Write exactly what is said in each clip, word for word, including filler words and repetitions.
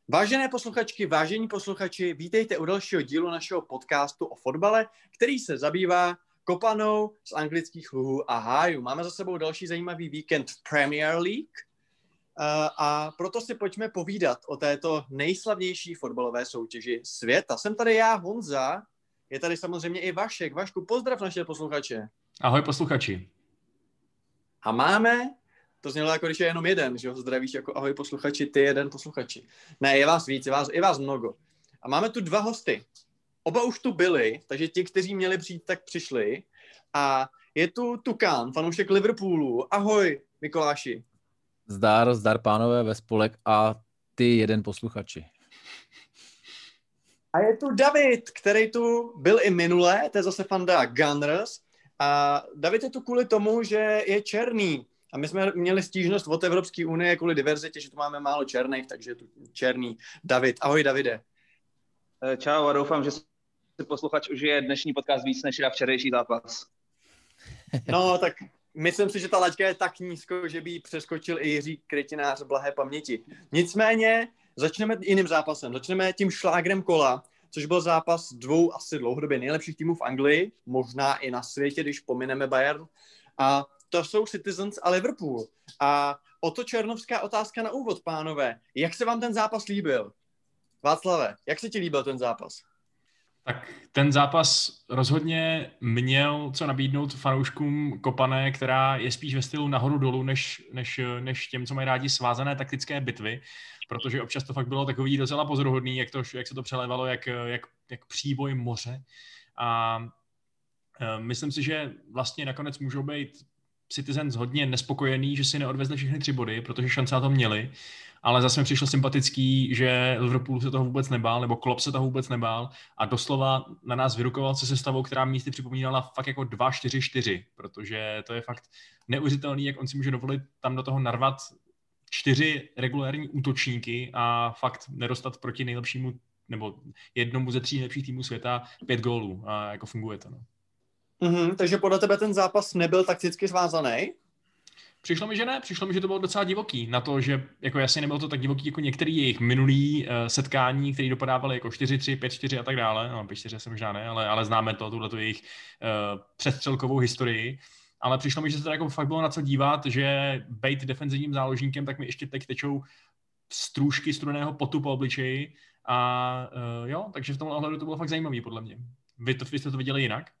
Vážené posluchačky, vážení posluchači, vítejte u dalšího dílu našeho podcastu o fotbale, který se zabývá kopanou z anglických luhů a hájů. Máme za sebou další zajímavý víkend v Premier League a proto si pojďme povídat o této nejslavnější fotbalové soutěži světa. Jsem tady já, Honza, je tady samozřejmě i Vašek. Vašku, pozdrav naše posluchače. Ahoj posluchači. A máme... To znělo jako, když je jenom jeden, že ho zdravíš jako ahoj posluchači, ty jeden posluchači. Ne, je vás víc, je vás, je vás mnoho. A máme tu dva hosty. Oba už tu byli, takže ti, kteří měli přijít, tak přišli. A je tu Tukán, fanoušek Liverpoolu. Ahoj, Mikoláši. Zdar, zdar pánové ve spolek a ty jeden posluchači. A je tu David, který tu byl i minule, to je zase fanda Gunners. A David je tu kvůli tomu, že je černý. A my jsme měli stížnost od Evropské unie kvůli diverzitě, že tu máme málo černých, takže tu černý David. Ahoj, Davide. Čau a doufám, že si posluchač užije dnešní podcast víc než já včerejší zápas. No, tak myslím si, že ta laťka je tak nízko, že by ji přeskočil i Jiří Krytinář blahé paměti. Nicméně začneme jiným zápasem. Začneme tím šlágrem kola, což byl zápas dvou asi dlouhodobě nejlepších týmů v Anglii, možná i na světě, když pomineme Bayern. A to jsou Citizens a Liverpool. A o to černovská otázka na úvod, pánové. Jak se vám ten zápas líbil? Václave, jak se ti líbil ten zápas? Tak ten zápas rozhodně měl co nabídnout fanouškům kopané, která je spíš ve stylu nahoru dolů, než, než, než těm, co mají rádi svázané taktické bitvy, protože občas to fakt bylo takový docela pozoruhodný, jak, to, jak se to přelévalo, jak, jak, jak příboj moře. A e, myslím si, že vlastně nakonec můžou být Citizens hodně nespokojený, že si neodvezli všechny tři body, protože šance na to měli, ale zase mi přišlo sympatický, že Liverpool se toho vůbec nebál, nebo Klopp se toho vůbec nebál a doslova na nás vyrukoval se sestavou, která místy připomínala fakt jako dva čtyři čtyři, protože to je fakt neuvěřitelný, jak on si může dovolit tam do toho narvat čtyři regulární útočníky a fakt nedostat proti nejlepšímu, nebo jednomu ze tří nejlepších týmů světa pět gólů a jako funguje to, no. Mm-hmm, takže podle tebe ten zápas nebyl takticky svázaný? Přišlo mi, že ne. Přišlo mi, že to bylo docela divoký. Na to, že jako jasně nebylo to tak divoký jako některý jejich minulý uh, setkání, které dopadávaly jako čtyři tři, pět čtyři a tak dále. No, pět čtyři jsem možná ne, ale, ale známe to, tuhletu jejich uh, přestřelkovou historii. Ale přišlo mi, že se to jako fakt bylo na co dívat, že bejt defenzivním záložníkem, tak mi ještě teď tečou strůžky studeného potu po obličeji. A uh, jo, takže v tomhle ohledu to bylo fakt zajímavý podle mě. Vy, to, vy jste to viděli jinak?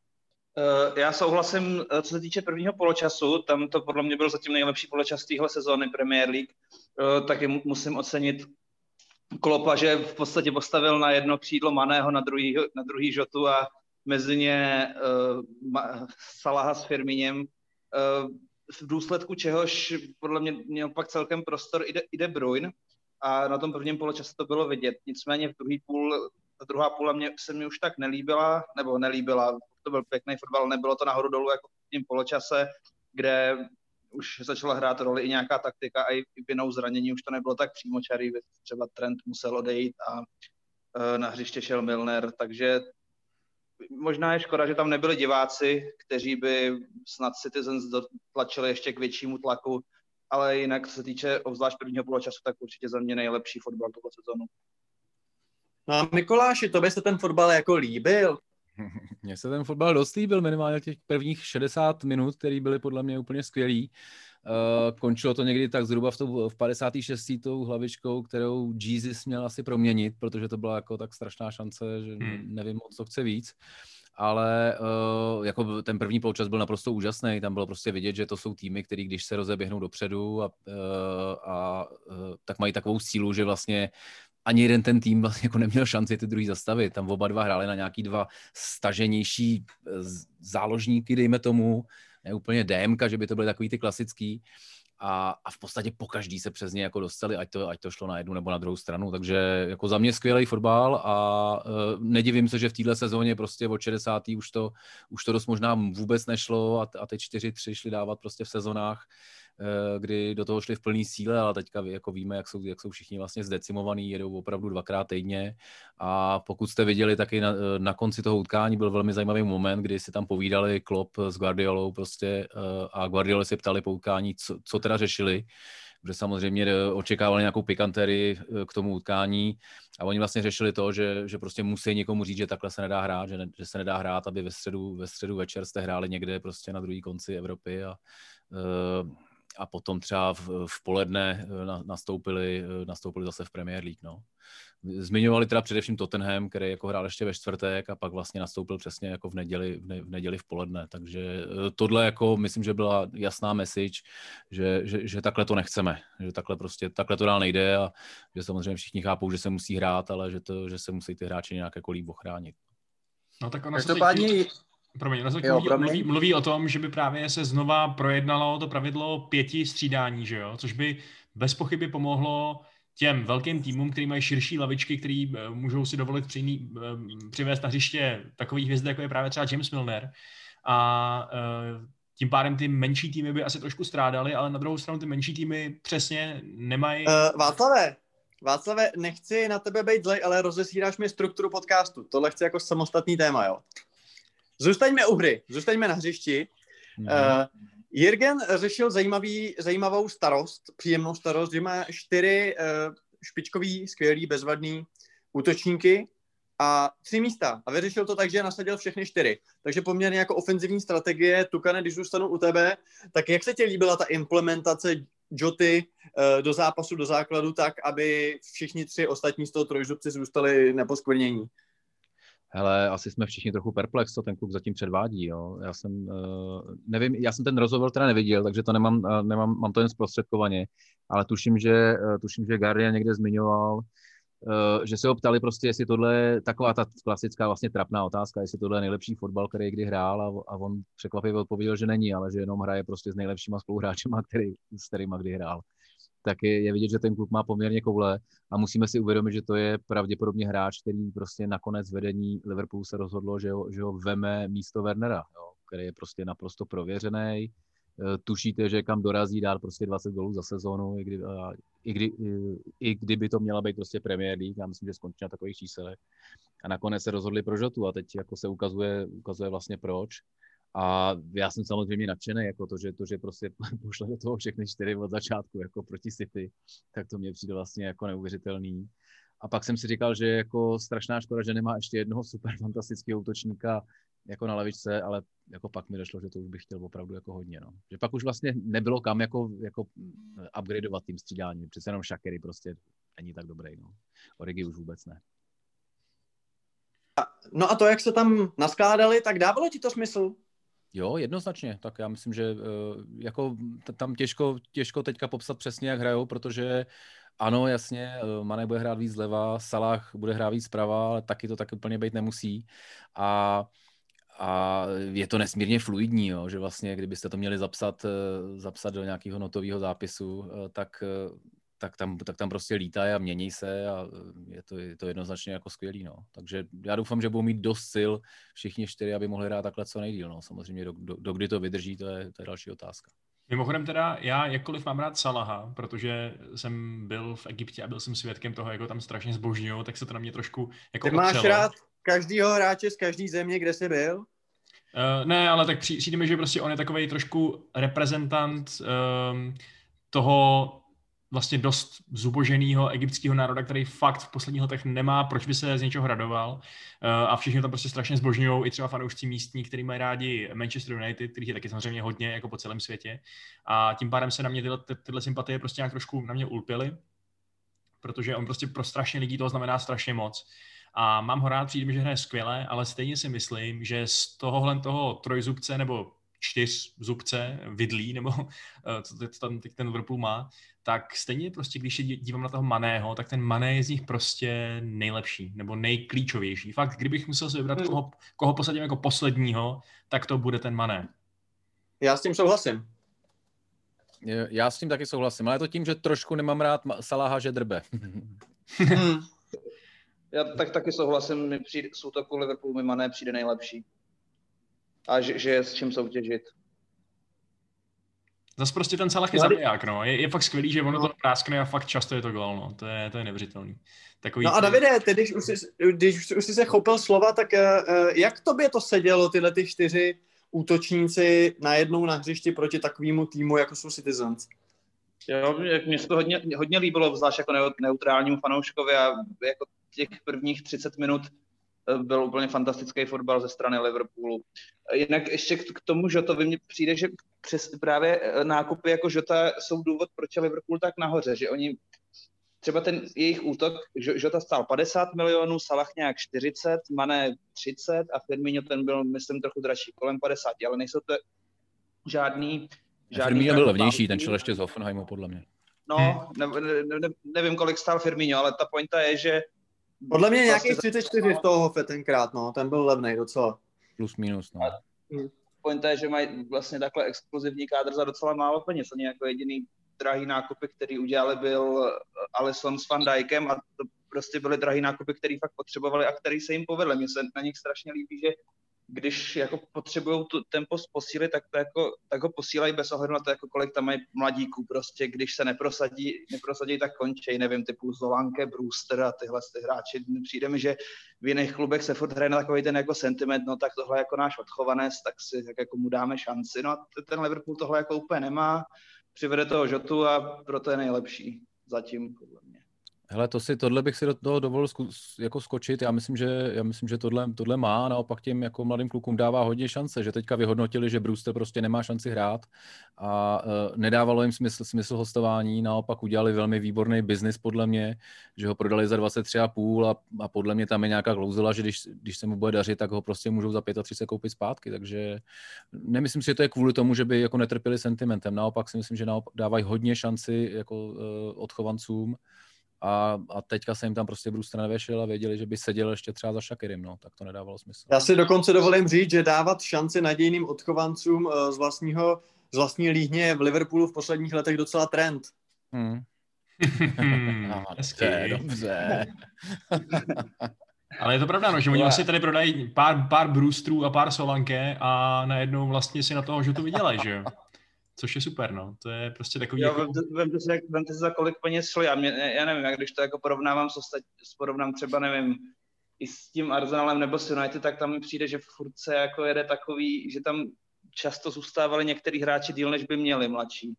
Já souhlasím, co se týče prvního poločasu, tam to podle mě byl zatím nejlepší poločas téhle sezóny Premier League. Taky musím ocenit Kloppa, že v podstatě postavil na jedno křídlo Maného, na druhý, na druhý Žotu a mezi ně uh, Salaha s Firminem. Uh, v důsledku čehož podle mě měl pak celkem prostor i De, i De Bruyne a na tom prvním poločase to bylo vidět. Nicméně v druhý půl, ta druhá půle mě, se mi už tak nelíbila, nebo nelíbila, to byl pěkný fotbal, nebylo to nahoru dolů jako v tím poločase, kde už začala hrát roli i nějaká taktika a i vinou zranění už to nebylo tak přímočarý, třeba Trent musel odejít a e, na hřiště šel Milner, takže možná je škoda, že tam nebyli diváci, kteří by snad Citizens dotlačili ještě k většímu tlaku, ale jinak, co se týče obzvlášť prvního poločasu, tak určitě za mě nejlepší fotbal tohle sezonu. No a Mikoláši, tobě se ten fotbal jako líbil? Mně se ten fotbal dost líbil, minimálně těch prvních šedesát minut, které byly podle mě úplně skvělý. Uh, končilo to někdy tak zhruba v, tou, v padesáté šesté tou hlavičkou, kterou Jesus měl asi proměnit, protože to byla jako tak strašná šance, že hmm. nevím moc, co chce víc. Ale uh, jako ten první poločas byl naprosto úžasný, tam bylo prostě vidět, že to jsou týmy, které když se rozeběhnou dopředu a, uh, a uh, tak mají takovou sílu, že vlastně ani jeden ten tým vlastně jako neměl šanci ty druhý zastavit. Tam oba dva hráli na nějaký dva staženější záložníky, dejme tomu, ne úplně DMka, že by to byly takový ty klasický. A, a v podstatě po každý se přes ně jako dostali, ať to, ať to šlo na jednu nebo na druhou stranu. Takže jako za mě skvělý fotbal a uh, nedivím se, že v téhle sezóně prostě od šedesáté už to, už to dost možná vůbec nešlo a, a ty čtyři tři šli dávat prostě v sezonách, kdy do toho šli v plný síle, ale teďka jako víme, jak jsou, jak jsou všichni vlastně zdecimovaný, jedou opravdu dvakrát týdně a pokud jste viděli, taky na, na konci toho utkání byl velmi zajímavý moment, kdy si tam povídali Klopp s Guardiolou prostě a Guardiola si ptali po utkání, co, co teda řešili protože samozřejmě očekávali nějakou pikanterii k tomu utkání a oni vlastně řešili to, že, že prostě musí někomu říct, že takhle se nedá hrát, že, ne, že se nedá hrát, aby ve středu, ve středu večer jste hráli někde prostě na druhý konci Evropy a, a potom třeba v, v poledne nastoupili, nastoupili zase v Premier League, no. Zmiňovali teda především Tottenham, který jako hrál ještě ve čtvrtek a pak vlastně nastoupil přesně jako v neděli v, ne, v, neděli v poledne. Takže tohle jako myslím, že byla jasná message, že, že, že takhle to nechceme, že takhle prostě takhle to dál nejde a že samozřejmě všichni chápou, že se musí hrát, ale že, to, že se musí ty hráči nějak jako líp ochránit. No tak ono se teď... Promiň, ono se jo, mluví, mluví, mluví o tom, že by právě se znova projednalo to pravidlo pěti střídání, že jo? Což by bez pochyby pomohlo těm velkým týmům, který mají širší lavičky, který můžou si dovolit přijný, přivést na hřiště takových hvězd, jako je právě třeba James Milner. A tím pádem ty menší týmy by asi trošku strádaly, ale na druhou stranu ty menší týmy přesně nemají... Uh, Václave, Václave, nechci na tebe být zlej, ale rozesíráš mi strukturu podcastu. Tohle chci jako samostatný téma, jo. Zůstaňme u hry, zůstaňme na hřišti. Mm-hmm. Uh, Jürgen řešil zajímavý, zajímavou starost, příjemnou starost, že má čtyři uh, špičkový, skvělý, bezvadný útočníky a tři místa. A vyřešil to tak, že nasadil všechny čtyři. Takže poměrně jako ofenzivní strategie. Tukane, když zůstanu u tebe, tak jak se ti líbila ta implementace Joty uh, do zápasu, do základu, tak, aby všichni tři ostatní z toho trojzubci zůstali neposkvrnění? Hele, asi jsme všichni trochu perplex, co ten kluk zatím předvádí, jo. Já jsem, uh, nevím, já jsem ten rozhovor teda neviděl, takže to nemám, uh, nemám, mám to jen zprostředkovaně, ale tuším, že, uh, tuším, že Guardian někde zmiňoval, uh, že se ho ptali prostě, jestli tohle je taková ta klasická vlastně trapná otázka, jestli tohle je nejlepší fotbal, který kdy hrál a, a on překvapivě odpověděl, že není, ale že jenom hraje prostě s nejlepšíma spoluhráčema, který, s kterýma kdy hrál. Tak je, je vidět, že ten kluk má poměrně koule a musíme si uvědomit, že to je pravděpodobně hráč, který prostě nakonec vedení Liverpoolu se rozhodlo, že ho, že ho veme místo Wernera, jo, který je prostě naprosto prověřený. Tušíte, že kam dorazí dát prostě dvacet gólů za sezónu, i, kdy, a, i, kdy, i, i kdyby to měla být prostě Premier League, já myslím, že skončí na takových číselech. A nakonec se rozhodli pro Jotu a teď jako se ukazuje, ukazuje vlastně proč. A já jsem samozřejmě nadšený, jako to, že, to, že prostě pošle do toho všechny čtyři od začátku, jako proti City, tak to mě přijde vlastně jako neuvěřitelný. A pak jsem si říkal, že jako strašná škoda, že nemá ještě jednoho super fantastického útočníka jako na lavičce, ale jako pak mi došlo, že to už bych chtěl opravdu jako hodně, no. Že pak už vlastně nebylo kam jako, jako upgradeovat tím střídáním, přece jenom Shaqiri prostě není tak dobrý, no. Origi už vůbec ne. No a to, jak se tam naskládali, tak dávalo ti to smysl? Jo, jednoznačně. Tak já myslím, že jako tam těžko, těžko teďka popsat přesně, jak hrajou, protože ano, jasně, Mané bude hrát víc zleva, Salah bude hrát víc zprava, ale taky to tak úplně být nemusí. A, a je to nesmírně fluidní, jo, že vlastně, kdybyste to měli zapsat, zapsat do nějakého notového zápisu, tak, tak, tam, tak tam prostě lítají a mění se a je to, je to jednoznačně jako skvělý. No. Takže já doufám, že budou mít dost sil všichni čtyři, aby mohli hrát takhle co nejdýl. No. Samozřejmě, do, do, do kdy to vydrží, to je, to je další otázka. Mimochodem teda, já jakkoliv mám rád Salaha, protože jsem byl v Egyptě a byl jsem svědkem toho, jako tam strašně zbožňují, tak se to na mě trošku jako Ty máš otřelo. rád každýho hráče z každé země, kde jsi byl? Uh, ne, ale tak přijde mi, že prostě on je takovej trošku reprezentant um, toho vlastně dost zuboženého egyptského národa, který fakt v posledních letech nemá, proč by se z něčeho radoval. Uh, a všichni tam prostě strašně zbožňují, i třeba fanoušci místní, který mají rádi Manchester United, kterých je taky samozřejmě hodně, jako po celém světě. A tím pádem se na mě tyhle, ty, tyhle sympatie prostě nějak trošku na mě ulpily, protože on prostě pro strašně lidí toho znamená strašně moc. A mám ho rád, přijde mi, že hraje skvěle, ale stejně si myslím, že z tohohle toho trojzubce nebo čtyřzubce, vidlí, nebo co tam teď ten Liverpool má, tak stejně prostě, když se dívám na toho Maného, tak ten Mané je z nich prostě nejlepší, nebo nejklíčovější. Fakt, kdybych musel si vybrat, koho, koho posadím jako posledního, tak to bude ten Mané. Já s tím souhlasím. Já s tím taky souhlasím, ale je to tím, že trošku nemám rád Salaha, že drbe. hmm. Já tak taky souhlasím, mi přijde, z útoku Liverpoolu mi Mané přijde nejlepší. A že, že je s čím soutěžit. Zas prostě ten Salah je zabiják, no. Je, je fakt skvělý, že ono no. to práskne a fakt často je to gól, no. To je, to je nevřitelný. Takový no a Davide, ty, když už jsi, když už jsi se chopil slova, tak uh, jak tobě to sedělo, tyhle ty čtyři útočníci najednou na hřišti proti takovému týmu, jako jsou Citizens? Jo, mně se to hodně, hodně líbilo, zvlášť jako neutrálnímu fanouškovi a jako těch prvních třicet minut byl úplně fantastický fotbal ze strany Liverpoolu. Jinak ještě k tomu Žotovi mně přijde, že přes právě nákupy jako Žota jsou důvod, proč je Liverpool tak nahoře, že oni třeba ten jejich útok, Žota stál padesát milionů, Salah nějak čtyřicet, Mané třicet a Firmino ten byl, myslím, trochu dražší, kolem padesát, ale nejsou to žádný... žádný Firmino byl levnější, ten šel ještě z Hoffenheimu, podle mě. No, ne, ne, ne, nevím, kolik stál Firmino, ale ta pointa je, že... Podle mě nějakých třicet čtyři z toho Hoffe tenkrát, no, ten byl levnej docela. Plus minus, no. A pointa je, že mají vlastně takhle exkluzivní kádr za docela málo peněz. Oni jako jediný drahý nákupy, který udělali, byl Alisson s Van Dijkem a to prostě byly drahý nákupy, který fakt potřebovali a který se jim povedly. Mně se na nich strašně líbí, že když jako potřebují tu tempo posílit, tak, to jako, tak ho posílají bez ohledu na to, jako kolik tam mají mladíků. Prostě když se neprosadí, neprosadí tak končí, nevím, typu Zolanke, Brewster a tyhle ty hráči. Přijde mi, že v jiných klubech se furt hraje na takový ten jako sentiment, no tak tohle jako náš odchovanec, tak si tak jako mu dáme šanci. No a ten Liverpool tohle jako úplně nemá, přivede toho Žotu a proto je nejlepší zatím, podle mě. Hele, to si, tohle bych si do toho dovolil zkus, jako skočit. Já myslím, že, já myslím, že tohle, tohle má, naopak těm jako mladým klukům dává hodně šance, že teďka vyhodnotili, že Brewster prostě nemá šanci hrát a uh, nedávalo jim smysl, smysl hostování, naopak udělali velmi výborný biznis podle mě, že ho prodali za dvacet tři a půl a, a podle mě tam je nějaká klauzula, že když, když se mu bude dařit, tak ho prostě můžou za třicet pět koupit zpátky, takže nemyslím si, že to je kvůli tomu, že by jako netrpěli sentimentem, naopak si myslím, že naopak dávají hodně šanci jako uh, odchovancům. A, a teďka se jim tam prostě Brewster nevešel a věděli, že by seděl ještě třeba za Shakirim, no, tak to nedávalo smysl. Já si dokonce dovolím říct, že dávat šanci nadějným odchovancům z vlastního, z vlastní líhně v Liverpoolu v posledních letech docela trend. Hmm. Hmm, dobře, dobře. Ale je to pravda, no, že oni vlastně tady prodají pár, pár Brewsterů a pár Solanke a najednou vlastně si na toho Žotu vydělají, že jo? Což je super, no. To je prostě takový... Jo, jako... vemte si, vemte si za kolik peněz šli. Já, mě, já nevím, jak když to jako porovnávám s ostat, porovnám třeba, nevím, i s tím Arsenalem nebo s United, tak tam mi přijde, že furt se jako jede takový, že tam často zůstávali některý hráči díl, než by měli mladší.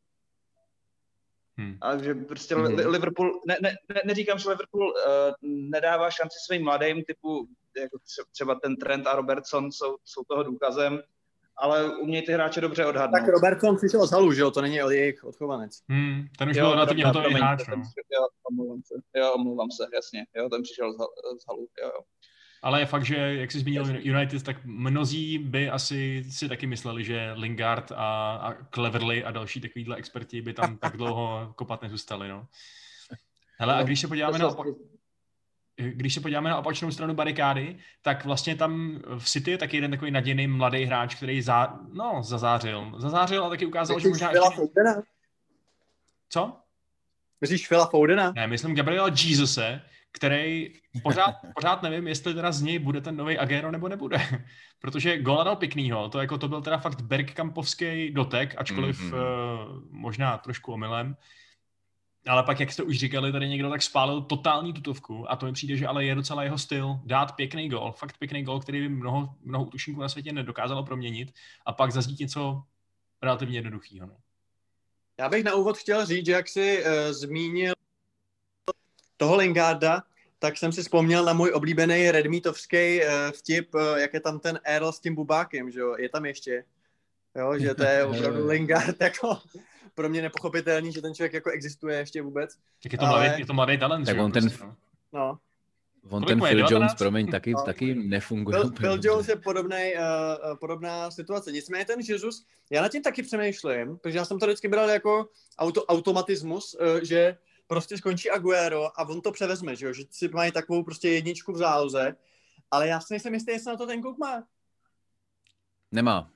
Hmm. A že prostě hmm. Liverpool, ne, ne, ne, neříkám, že Liverpool uh, nedává šanci svým mladým, typu jako třeba ten Trent a Robertson jsou, jsou toho důkazem, ale umějí ty hráče dobře odhadnout. Tak Robertson přišel z Halu, že jo? To není jejich odchovanec. Hmm, ten už jo, byl relativně hotový hráč. No. Jo, omlouvám se. Jo, omlouvám se, jasně. Jo, ten přišel z, z Halu. Jo, jo. Ale je fakt, že jak jsi zmínil United, tak mnozí by asi si taky mysleli, že Lingard a, a Cleverley a další takovýhle experti by tam tak dlouho kopat nezůstali. No. Hele, a když se podíváme na... Opak... Když se podíváme na opačnou stranu barikády, tak vlastně tam v City je taky jeden takový nadějný mladý hráč, který zá, no, zazářil. Zazářil a taky ukázal, Myslíš že možná Phila ještě... Foudena? Co? Myslíš Phila Foudena? Ne, myslím Gabriela Jesuse, který pořád, pořád nevím, jestli teda z něj bude ten nový Agüero nebo nebude. Protože gola dal pěknýho, to, jako to byl teda fakt Bergkampovský dotek, ačkoliv mm-hmm. uh, možná trošku omylem. Ale pak, jak jste už říkali, tady někdo tak spálil totální tutovku a to mi přijde, že ale je docela jeho styl dát pěkný gol, fakt pěkný gol, který by mnoho, mnoho útočníků na světě nedokázalo proměnit a pak zazdít něco relativně jednoduchého. No. Já bych na úvod chtěl říct, že jak jsi uh, zmínil toho Lingarda, tak jsem si vzpomněl na můj oblíbený redmítovský uh, vtip, uh, jak je tam ten Earl s tím bubákem, že jo, je tam ještě, jo, že to je opravdu Lingard jako... Pro mě nepochopitelný, že ten člověk jako existuje ještě vůbec. Tak je to, ale... mladý, je to mladý talent. Tak on ten, prostě, no. on ten Phil Jones, promiň, taky, no. taky nefunguje. Phil, Phil Jones je podobnej, uh, podobná situace. Nicméně ten Jesus, já nad tím taky přemýšlím, protože já jsem to vždycky bral jako auto, automatismus, uh, že prostě skončí Agüero a on to převezme, že, jo? Že si mají takovou prostě jedničku v záloze, ale já si nejsem jistý, jestli na to ten kluk má. Nemá.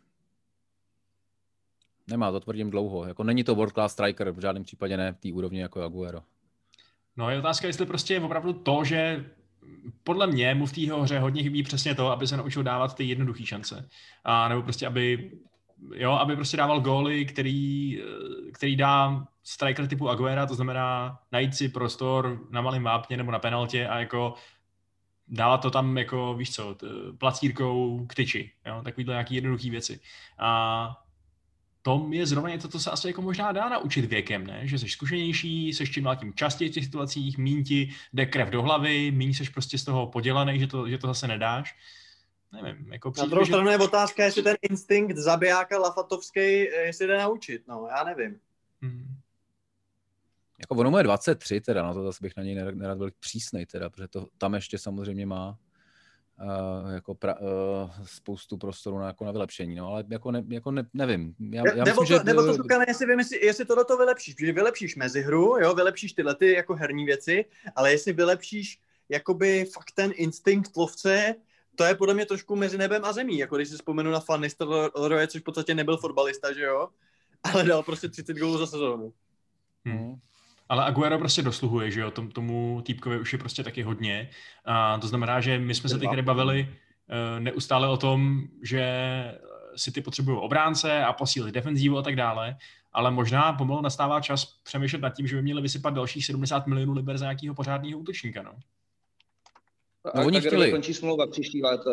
Nemá, to tvrdím dlouho. Jako není to world class striker, v žádném případě ne v té úrovni jako Agüero. No je otázka, jestli prostě je opravdu to, že podle mě mu v té hře hodně chybí přesně to, aby se naučil dávat ty jednoduché šance. A nebo prostě, aby, jo, aby prostě dával góly, který, který dá striker typu Agüera, to znamená najít si prostor na malém vápně nebo na penaltě a jako dávat to tam jako, víš co, placírkou k tyči. Jo? Takovýhle nějaký jednoduchý věci. A tom je zrovna něco, co se asi jako možná dá naučit věkem, ne? Že jsi zkušenější, seš čím dál tím častěji v těch situacích, míň ti jde krev do hlavy, míň seš prostě z toho podělaný, že to, že to zase nedáš. Nevím, jako přijde, Na druhou že... stranu je otázka, jestli ten instinkt zabijáka Lafatovský, jestli jde naučit, no, já nevím. Hmm. Jako ono mu je dvacet tři teda, no to zase bych na něj nerad, nerad byl přísnej teda, protože to tam ještě samozřejmě má uh, jako pra, uh, spoustu prostoru na, jako na vylepšení, no, ale jako, ne, jako ne, nevím. Já, já nebo, myslím, to, že... nebo to, Tukane, jestli, vím, jestli, jestli to do toho vylepšíš, protože vylepšíš mezihru, jo, vylepšíš tyhle ty jako herní věci, ale jestli vylepšíš jakoby fakt ten instinkt lovce, to je podle mě trošku mezi nebem a zemí, jako když si vzpomenu na Van Nistelrooye, což v podstatě nebyl fotbalista, že jo, ale dal prostě třicet gólů za sezónu. Hmm. Ale Aguero prostě dosluhuje, že jo, Tom, tomu týpkovi už je prostě taky hodně. A to znamená, že my jsme se teď bavili uh, neustále o tom, že City potřebují obránce a posílit defenzívu a tak dále, ale možná pomalu nastává čas přemýšlet nad tím, že by měli vysypat dalších sedmdesát milionů liber za nějakého pořádného útočníka, no. No, oni chtěli. Končí smlouva příští léto.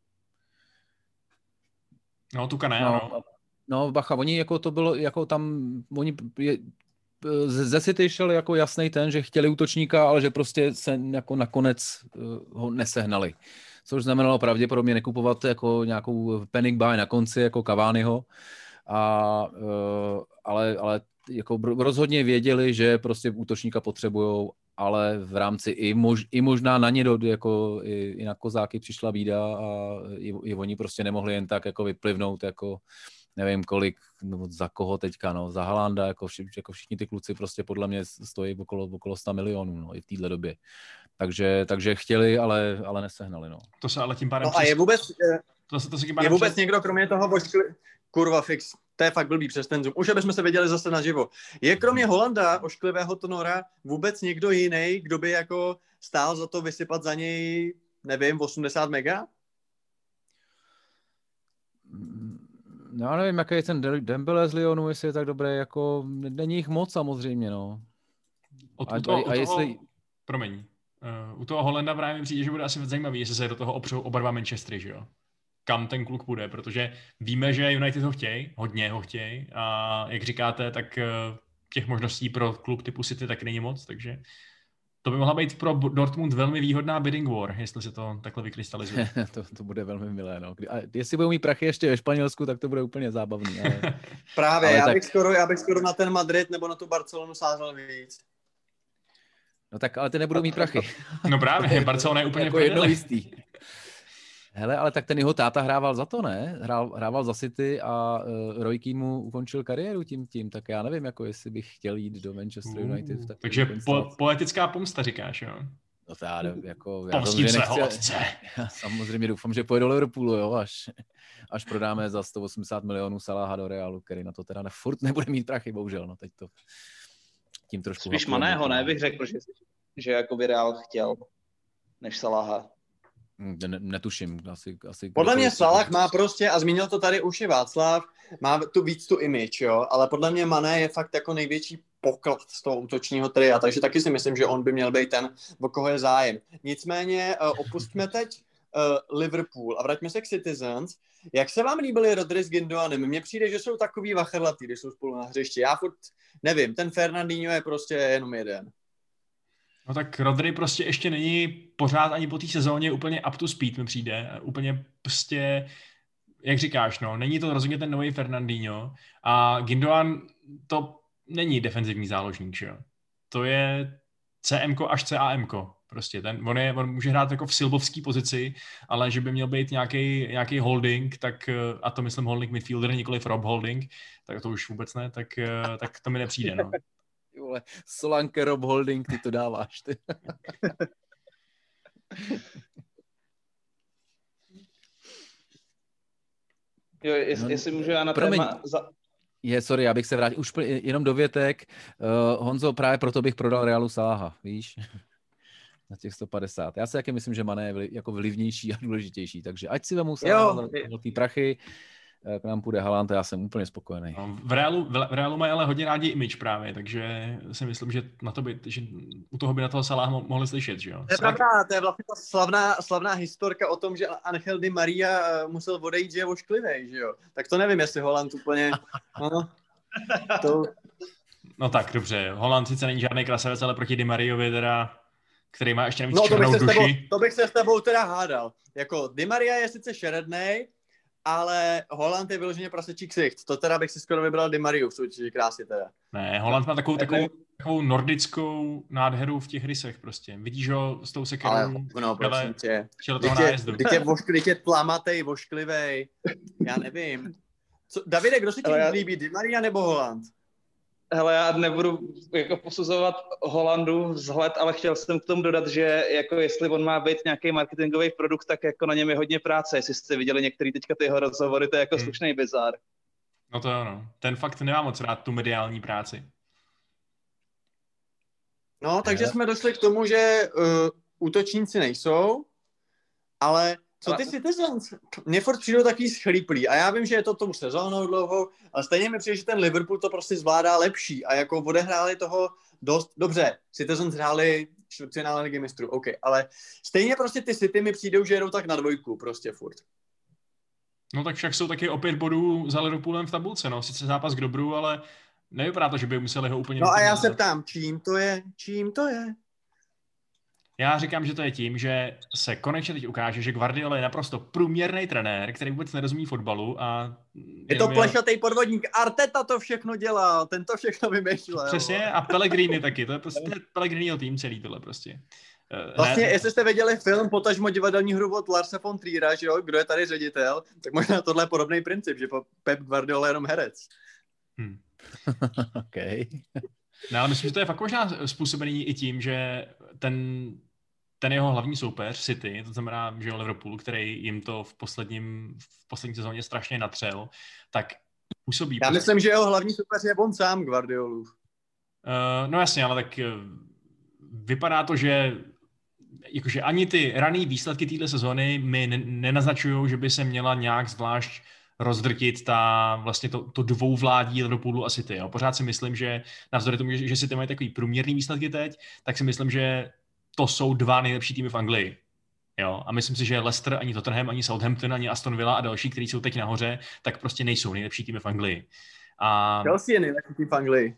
No, Tukane, no, ano. No, bacha, oni jako to bylo, jako tam, oni je, ze City šel jako jasný ten, že chtěli útočníka, ale že prostě se jako nakonec ho nesehnali. Což znamenalo pravděpodobně nekupovat jako nějakou panic buy na konci, jako Cavaniho, a, ale, ale jako rozhodně věděli, že prostě útočníka potřebujou, ale v rámci i, mož, i možná na ně do, jako i, i na kozáky přišla bída a i, i oni prostě nemohli jen tak jako vyplivnout jako nevím kolik, no, za koho teďka, no, za Haalanda, jako, vši, jako všichni ty kluci prostě podle mě stojí okolo, okolo sto milionů, no, i v téhle době. Takže, takže chtěli, ale, ale nesehnali, no. To se ale tím pádem... No a je vůbec, to se, to se tím je vůbec přes... někdo, kromě toho voškli... Kurva fix, to je fakt blbý přes ten Zoom. Už abychom se viděli zase naživo. Je kromě Holanda, ošklivého tenora, vůbec někdo jiný, kdo by jako stál za to vysypat za něj, nevím, osmdesát mega? No já nevím, jaký je ten Dembele z Lyonu, jestli je tak dobré, jako není jich moc samozřejmě, no. Od, a, u toho, a, a jestli... toho, promiň, uh, u toho Holanda právě mi přijde, že bude asi zajímavý, jestli se do toho opřou oba dva Manchestery, že jo? Kam ten kluk půjde, protože víme, že United ho chtějí, hodně ho chtějí a jak říkáte, tak uh, těch možností pro klub typu City tak není moc, takže to by mohla být pro Dortmund velmi výhodná bidding war, jestli se to takhle vykrystalizuje. to, to bude velmi milé, no. A jestli budou mít prachy ještě ve Španělsku, tak to bude úplně zábavný. Ale... Právě, ale já, tak... bych skoro, já bych skoro na ten Madrid nebo na tu Barcelonu sázel víc. No tak, ale ty nebudou mít prachy. No právě, Barcelona je úplně jako jednou jistý. Hele, ale tak ten jeho táta hrával za to, ne? Hrál, hrával za City a uh, Roy Keane mu ukončil kariéru tím tím, tak já nevím, jako jestli bych chtěl jít do Manchester United. Uh, takže po, poetická pomsta říkáš, jo? No to já, jako, já Pomstím svého nechci, otce. Já samozřejmě doufám, že pojede do Liverpoolu, jo, až, až prodáme za sto osmdesát milionů Salaha do Realu, který na to teda ne, furt nebude mít prachy, bohužel, no teď to tím trošku... Spíš Maného, ne, bych řekl, že, že jako by Real chtěl, než Salaha. Ne, netuším. Asi, asi podle mě Salah má prostě, a zmínil to tady už i Václav, má tu víc tu image, jo, ale podle mě Mané je fakt jako největší poklad z toho útočního tria, takže taky si myslím, že on by měl být ten, o koho je zájem. Nicméně uh, opustíme teď uh, Liverpool a vraťme se k Citizens. Jak se vám líbili Rodri s Gündoganem? Mně přijde, že jsou takový vachrlatý, když jsou spolu na hřišti. Já furt nevím, ten Fernandinho je prostě jenom jeden. No tak Rodri prostě ještě není pořád ani po té sezóně úplně up to speed, mi přijde. Úplně prostě, jak říkáš, no, není to rozhodně ten nový Fernandinho a Gündogan to není defenzivní záložník, že jo. To je CMko až CAMko. Prostě ten, on, je, on může hrát jako v silbovský pozici, ale že by měl být nějaký, nějaký holding, tak, a to myslím holding midfielder, nikoliv Rob Holding, tak to už vůbec ne, tak, tak to mi nepřijde, no. Vole, Solanke, Rob Holding, ty to dáváš, ty. Jo, jestli, no, jestli můžu já na promiň. téma... Za... Je, sorry, já bych se vrátil, už jenom do větek. Uh, Honzo, právě proto bych prodal Realu Salaha, víš? Na těch sto padesát. Já si taky myslím, že Mané je vli, jako vlivnější a důležitější, takže ať si vemu Salaha za velký prachy k nám půjde Haaland, já jsem úplně spokojený. No, v, Realu, v Realu mají ale hodně rádi image právě, takže si myslím, že, na to by, že u toho by na toho Salah mo- mohli slyšet, že jo? To je pravda, to je vlastně ta slavná, slavná historka o tom, že Angel Di Maria musel odejít, že je ošklivej, že jo? Tak to nevím, jestli Haaland úplně... No, to... no tak, dobře, Haaland sice není žádný krasavec, ale proti Di Mariovi teda, který má ještě navíc no, to bych, černou se s tebou, duši. to bych se s tebou teda hádal. Jako Di Maria je sice šerednej, ale Haaland je vyloženě prasečí ksicht. To teda bych si skoro vybral Di Mariu v soutěži krásy teda. Ne, Haaland má takovou, takovou, takovou nordickou nádheru v těch rysech prostě. Vidíš ho s tou sekerou, ale no, prosím tě. čele toho nájezdu. Teď je, voškli, je tlamatej, vošklivej. Já nevím. Co, Davide, kdo se ti já... líbí, Di Maria nebo Haaland? Hele, já nebudu jako posuzovat Holandu vzhled, ale chtěl jsem k tomu dodat, že jako jestli on má být nějaký marketingový produkt, tak jako na něm je hodně práce. Jestli jste viděli některé teďka ty jeho rozhovory, to je jako hmm. slušný bizár. No to jo, no. Ten fakt nemá moc rád tu mediální práci. No, takže jsme došli k tomu, že uh, útočníci nejsou, ale co ty Citizens? Mně furt přijdou takový schlíplý a já vím, že je to tou sezónou dlouhou, ale stejně mi přijde, že ten Liverpool to prostě zvládá lepší a jako odehráli toho dost dobře. Citizens hráli čtvrtfinále Ligy mistrů, OK, ale stejně prostě ty City mi přijdou, že jedou tak na dvojku prostě furt. No tak však jsou taky o pět bodů za Liverpoolem v tabulce, no. Sice zápas k dobru, ale nevypadá to, že by museli ho úplně... No a já se ptám, čím to je? Čím to je? Já říkám, že to je tím, že se konečně teď ukáže, že Guardiola je naprosto průměrný trenér, který vůbec nerozumí fotbalu a... Je to plešatý podvodník. Arteta to všechno dělá, ten to všechno vymýšlel. Přesně, a Pellegrini taky, to je prostě Pellegriniho tým celý tohle prostě. Vlastně, ne... jestli jste viděli film, potažmo divadelní hru od Larsa von Trier'a, že jo, kdo je tady ředitel, tak možná tohle je podobný princip, že Pep Guardiola je jenom herec. Hmm. Okay. No, ale myslím, že to je fakt možná způsobený i tím, že ten, ten jeho hlavní soupeř City, to znamená, že Liverpool, který jim to v posledním, v poslední sezóně strašně natřel, tak působí... Já prostě... myslím, že jeho hlavní soupeř je on sám, Guardiolův. Uh, no jasně, ale tak uh, vypadá to, že jakože ani ty rané výsledky této sezóny mi ne- nenaznačují, že by se měla nějak zvlášť rozdrtit ta, vlastně to, to dvouvládí Liverpoolu a City. Jo. Pořád si myslím, že navzdory tomu, že, že City mají takový průměrný výsledky teď, tak si myslím, že to jsou dva nejlepší týmy v Anglii. Jo. A myslím si, že Leicester, ani Tottenham, ani Southampton, ani Aston Villa a další, kteří jsou teď nahoře, tak prostě nejsou nejlepší týmy v Anglii. A... Chelsea je nejlepší tým v Anglii.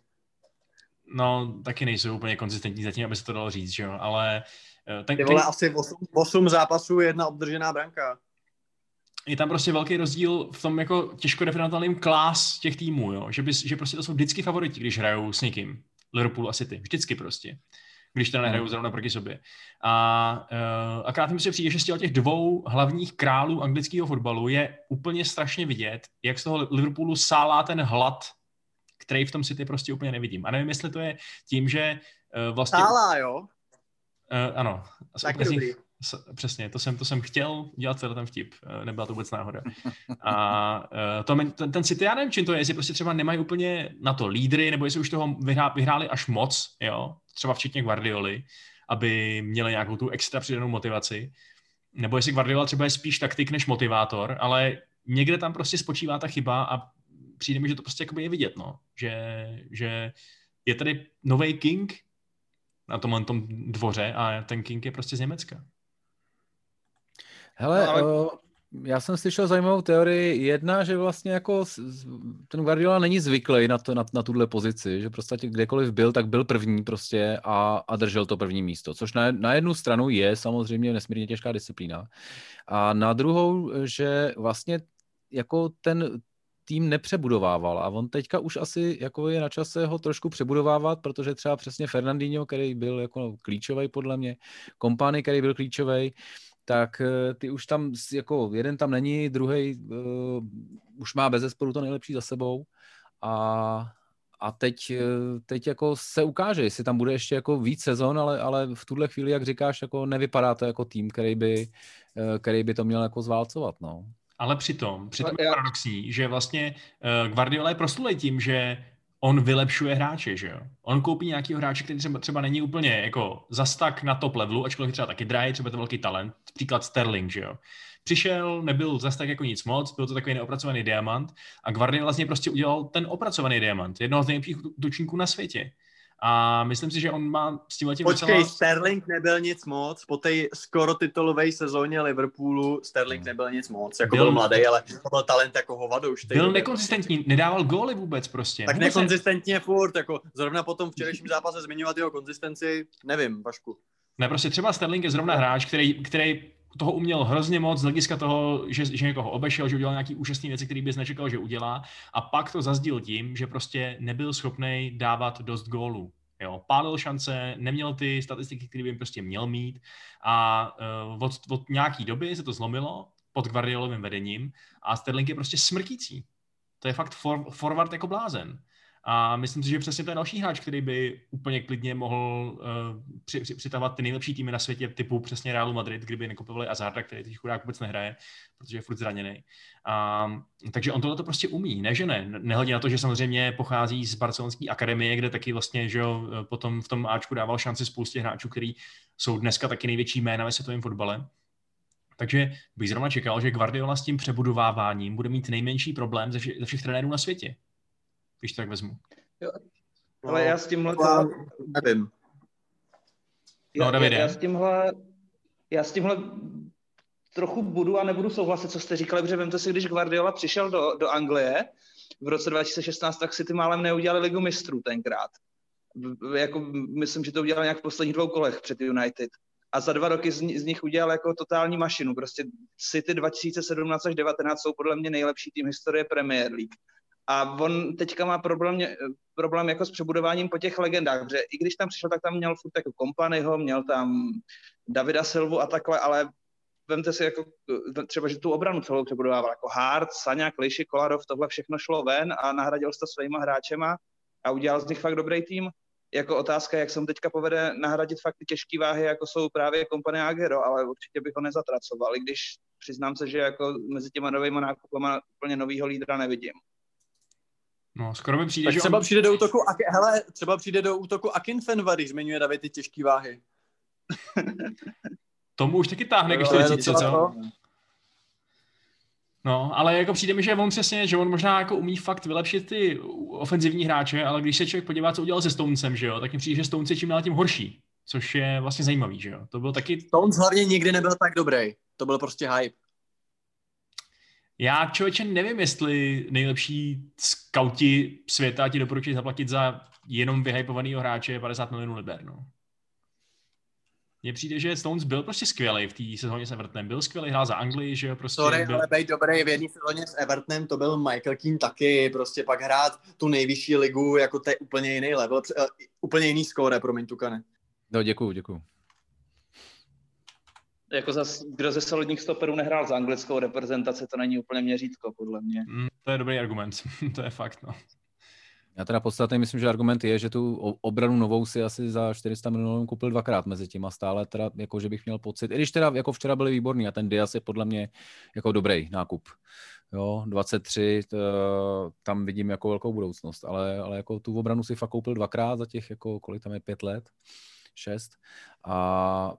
No, taky nejsou úplně konzistentní zatím, aby se to dalo říct, že jo. Ale... Ten, Ty vole, ten... asi osm zápasů, jedna obdržená branka. Je tam prostě velký rozdíl v tom jako těžko definovatelným klás těch týmů, jo? Že, bys, že prostě to jsou vždycky favoriti, když hrajou s někým. Liverpool a City. Vždycky prostě. Když to nehrajou zrovna proti sobě. A uh, akorát mi se přijde, že z těch dvou hlavních králů anglického fotbalu je úplně strašně vidět, jak z toho Liverpoolu sálá ten hlad, který v tom City prostě úplně nevidím. A nevím, jestli to je tím, že uh, vlastně... Sálá, jo? Uh, ano. Taky dobrý. Přesně, to jsem, to jsem chtěl dělat celý ten vtip, nebyla to vůbec náhoda. A to, ten, ten City, já nevím, čím to je, jestli prostě třeba nemají úplně na to lídry, nebo jestli už toho vyhrá, vyhráli až moc, jo, třeba včetně Guardioli, aby měli nějakou tu extra přidanou motivaci, nebo jestli Guardiola třeba je spíš taktik než motivátor, ale někde tam prostě spočívá ta chyba a přijde mi, že to prostě jakoby je vidět, no, že, že je tady novej king na tomhle tom dvoře a ten king je prostě z Německa. Hele, no, ale... o, já jsem slyšel zajímavou teorii. Jedna, že vlastně jako ten Guardiola není zvyklý na, to, na, na tuhle pozici, že prostě kdekoliv byl, tak byl první prostě a, a držel to první místo, což na, na jednu stranu je samozřejmě nesmírně těžká disciplína a na druhou, že vlastně jako ten tým nepřebudovával a on teďka už asi jako je na čase ho trošku přebudovávat, protože třeba přesně Fernandinho, který byl jako klíčový podle mě, Kompany, který byl klíčový, tak ty už tam, jako jeden tam není, druhý uh, už má bezesporu to nejlepší za sebou a, a teď, teď jako se ukáže, jestli tam bude ještě jako víc sezon, ale, ale v tuhle chvíli, jak říkáš, jako nevypadá to jako tým, který by, který by to měl jako zválcovat, no. Ale přitom, přitom je paradoxní, že vlastně uh, Guardiola je proslulý tím, že on vylepšuje hráče, že jo. On koupí nějakýho hráče, který třeba, třeba není úplně jako zas tak na top levelu, ačkoliv třeba taky dry, třeba to velký talent, příklad Sterling, že jo. Přišel, nebyl zas tak jako nic moc, byl to takový neopracovaný diamant a Guardiola vlastně prostě udělal ten opracovaný diamant, jednoho z nejlepších útočníků na světě. A myslím si, že on má s tímhletím Počkej, docela... Sterling nebyl nic moc, po té skoro titulové sezóně Liverpoolu Sterling nebyl nic moc, jako byl, byl mladý, ale byl talent jako hovado už. Byl nekonzistentní, nedával góly vůbec prostě. Tak vůbec nekonzistentně ne... furt, jako zrovna po tom včerejším zápase zmiňovat jeho konzistenci, nevím, Vašku. Ne, prostě třeba Sterling je zrovna hráč, který, který toho uměl hrozně moc z hlediska toho, že, že někoho obešel, že udělal nějaký úžasný věci, který bys nečekal, že udělá, a pak to zazdil tím, že prostě nebyl schopný dávat dost gólů. Jo, pálil šance, neměl ty statistiky, které by jim prostě měl mít, a uh, od, od nějaký doby se to zlomilo pod Guardiolovým vedením a Sterling je prostě smrtící. To je fakt for, forward jako blázen. A myslím si, že přesně to je další hráč, který by úplně klidně mohl uh, při, při, přitahovat ty nejlepší týmy na světě, typu přesně Realu Madrid, kdyby nekupovali Hazarda, který teď chudák vůbec nehraje, protože je furt zraněný. A, takže on tohle to prostě umí, ne že ne. Nehledě na to, že samozřejmě pochází z barcelonské akademie, kde taky vlastně, že jo, potom v tom Ačku dával šanci spoustě hráčů, který jsou dneska taky největší jména ve světovém fotbale. Takže bych zrovna čekal, že Guardiola s tím přebudováváním bude mít nejmenší problém ze všech, ze všech trenérů na světě. Když to tak vezmu. Jo. Ale já s tímhle... To... Nevím. No, Davide. Já, já, s tímhle, já s tímhle trochu budu a nebudu souhlasit, co jste říkali, protože vemte si, když Guardiola přišel do, do Anglie v roce dva tisíce šestnáct, tak si ty málem neudělali ligu mistrů tenkrát. Jako, myslím, že to udělal nějak v posledních dvou kolech před United. A za dva roky z, z nich udělal jako totální mašinu. Prostě City dva tisíce sedmnáct až devatenáct jsou podle mě nejlepší tým historie Premier League. A on teďka má problém, problém jako s přebudováním po těch legendách, protože i když tam přišel, tak tam měl furt jako Kompanyho, měl tam Davida Silvu a takhle, ale vemte si jako třeba, že tu obranu celou přebudovával jako Hart, Saňa, Kliši, Kolarov, tohle všechno šlo ven a nahradil se to svýma hráčema a udělal z nich fakt dobrý tým. Jako otázka, jak se mu teďka povede nahradit fakt ty těžké váhy, jako jsou právě Kompany a Agüero, ale určitě bych ho nezatracoval, i když přiznám se, že jako mezi těma novýma nákupama úplně novýho lídra nevidím. No, skoro mi přijde, tak že třeba on... přijde do útoku, hele, třeba přijde do útoku Akinfenwa, když zmiňuje David ty těžké váhy. Tomu už taky táhne k čtyřicítce, co? No, ale jako přijde mi, že on přesně, že on možná jako umí fakt vylepšit ty ofenzivní hráče, ale když se člověk podívá, co udělal se Stonesem, že jo, tak mi přijde, že Stones je čím dál tím horší, což je vlastně zajímavý, že jo. To byl taky... Stones hlavně nikdy nebyl tak dobrý. To byl prostě hype. Já, člověče, nevím, jestli nejlepší skauti světa ti doporučují zaplatit za jenom vyhypovanýho hráče padesát milionů liber, no. Mně přijde, že Stones byl prostě skvělý v té sezóně s Evertonem. Byl skvělý, hrál za Anglii, že jo, prostě... Sorry, byl... ale bejt dobrý v jedné sezóně s Evertonem, to byl Michael Keane taky, prostě pak hrát tu nejvyšší ligu, jako to je úplně jiný level, uh, úplně jiný skóre, promiň, Tukane. No, děkuju, děkuju. Jako zas, kdo ze solidních stoperů nehrál za anglickou reprezentaci, to není úplně měřítko, podle mě. Mm, to je dobrý argument, to je fakt, no. Já teda podstatně myslím, že argument je, že tu obranu novou si asi za čtyři sta milionů koupil dvakrát mezi tím a stále teda, jako že bych měl pocit, i když teda jako včera byli výborný a ten Diaz je podle mě jako dobrý nákup. Jo, dvacet tři, to, tam vidím jako velkou budoucnost, ale, ale jako tu obranu si fakt koupil dvakrát za těch, jako kolik tam je, pět let, šest a,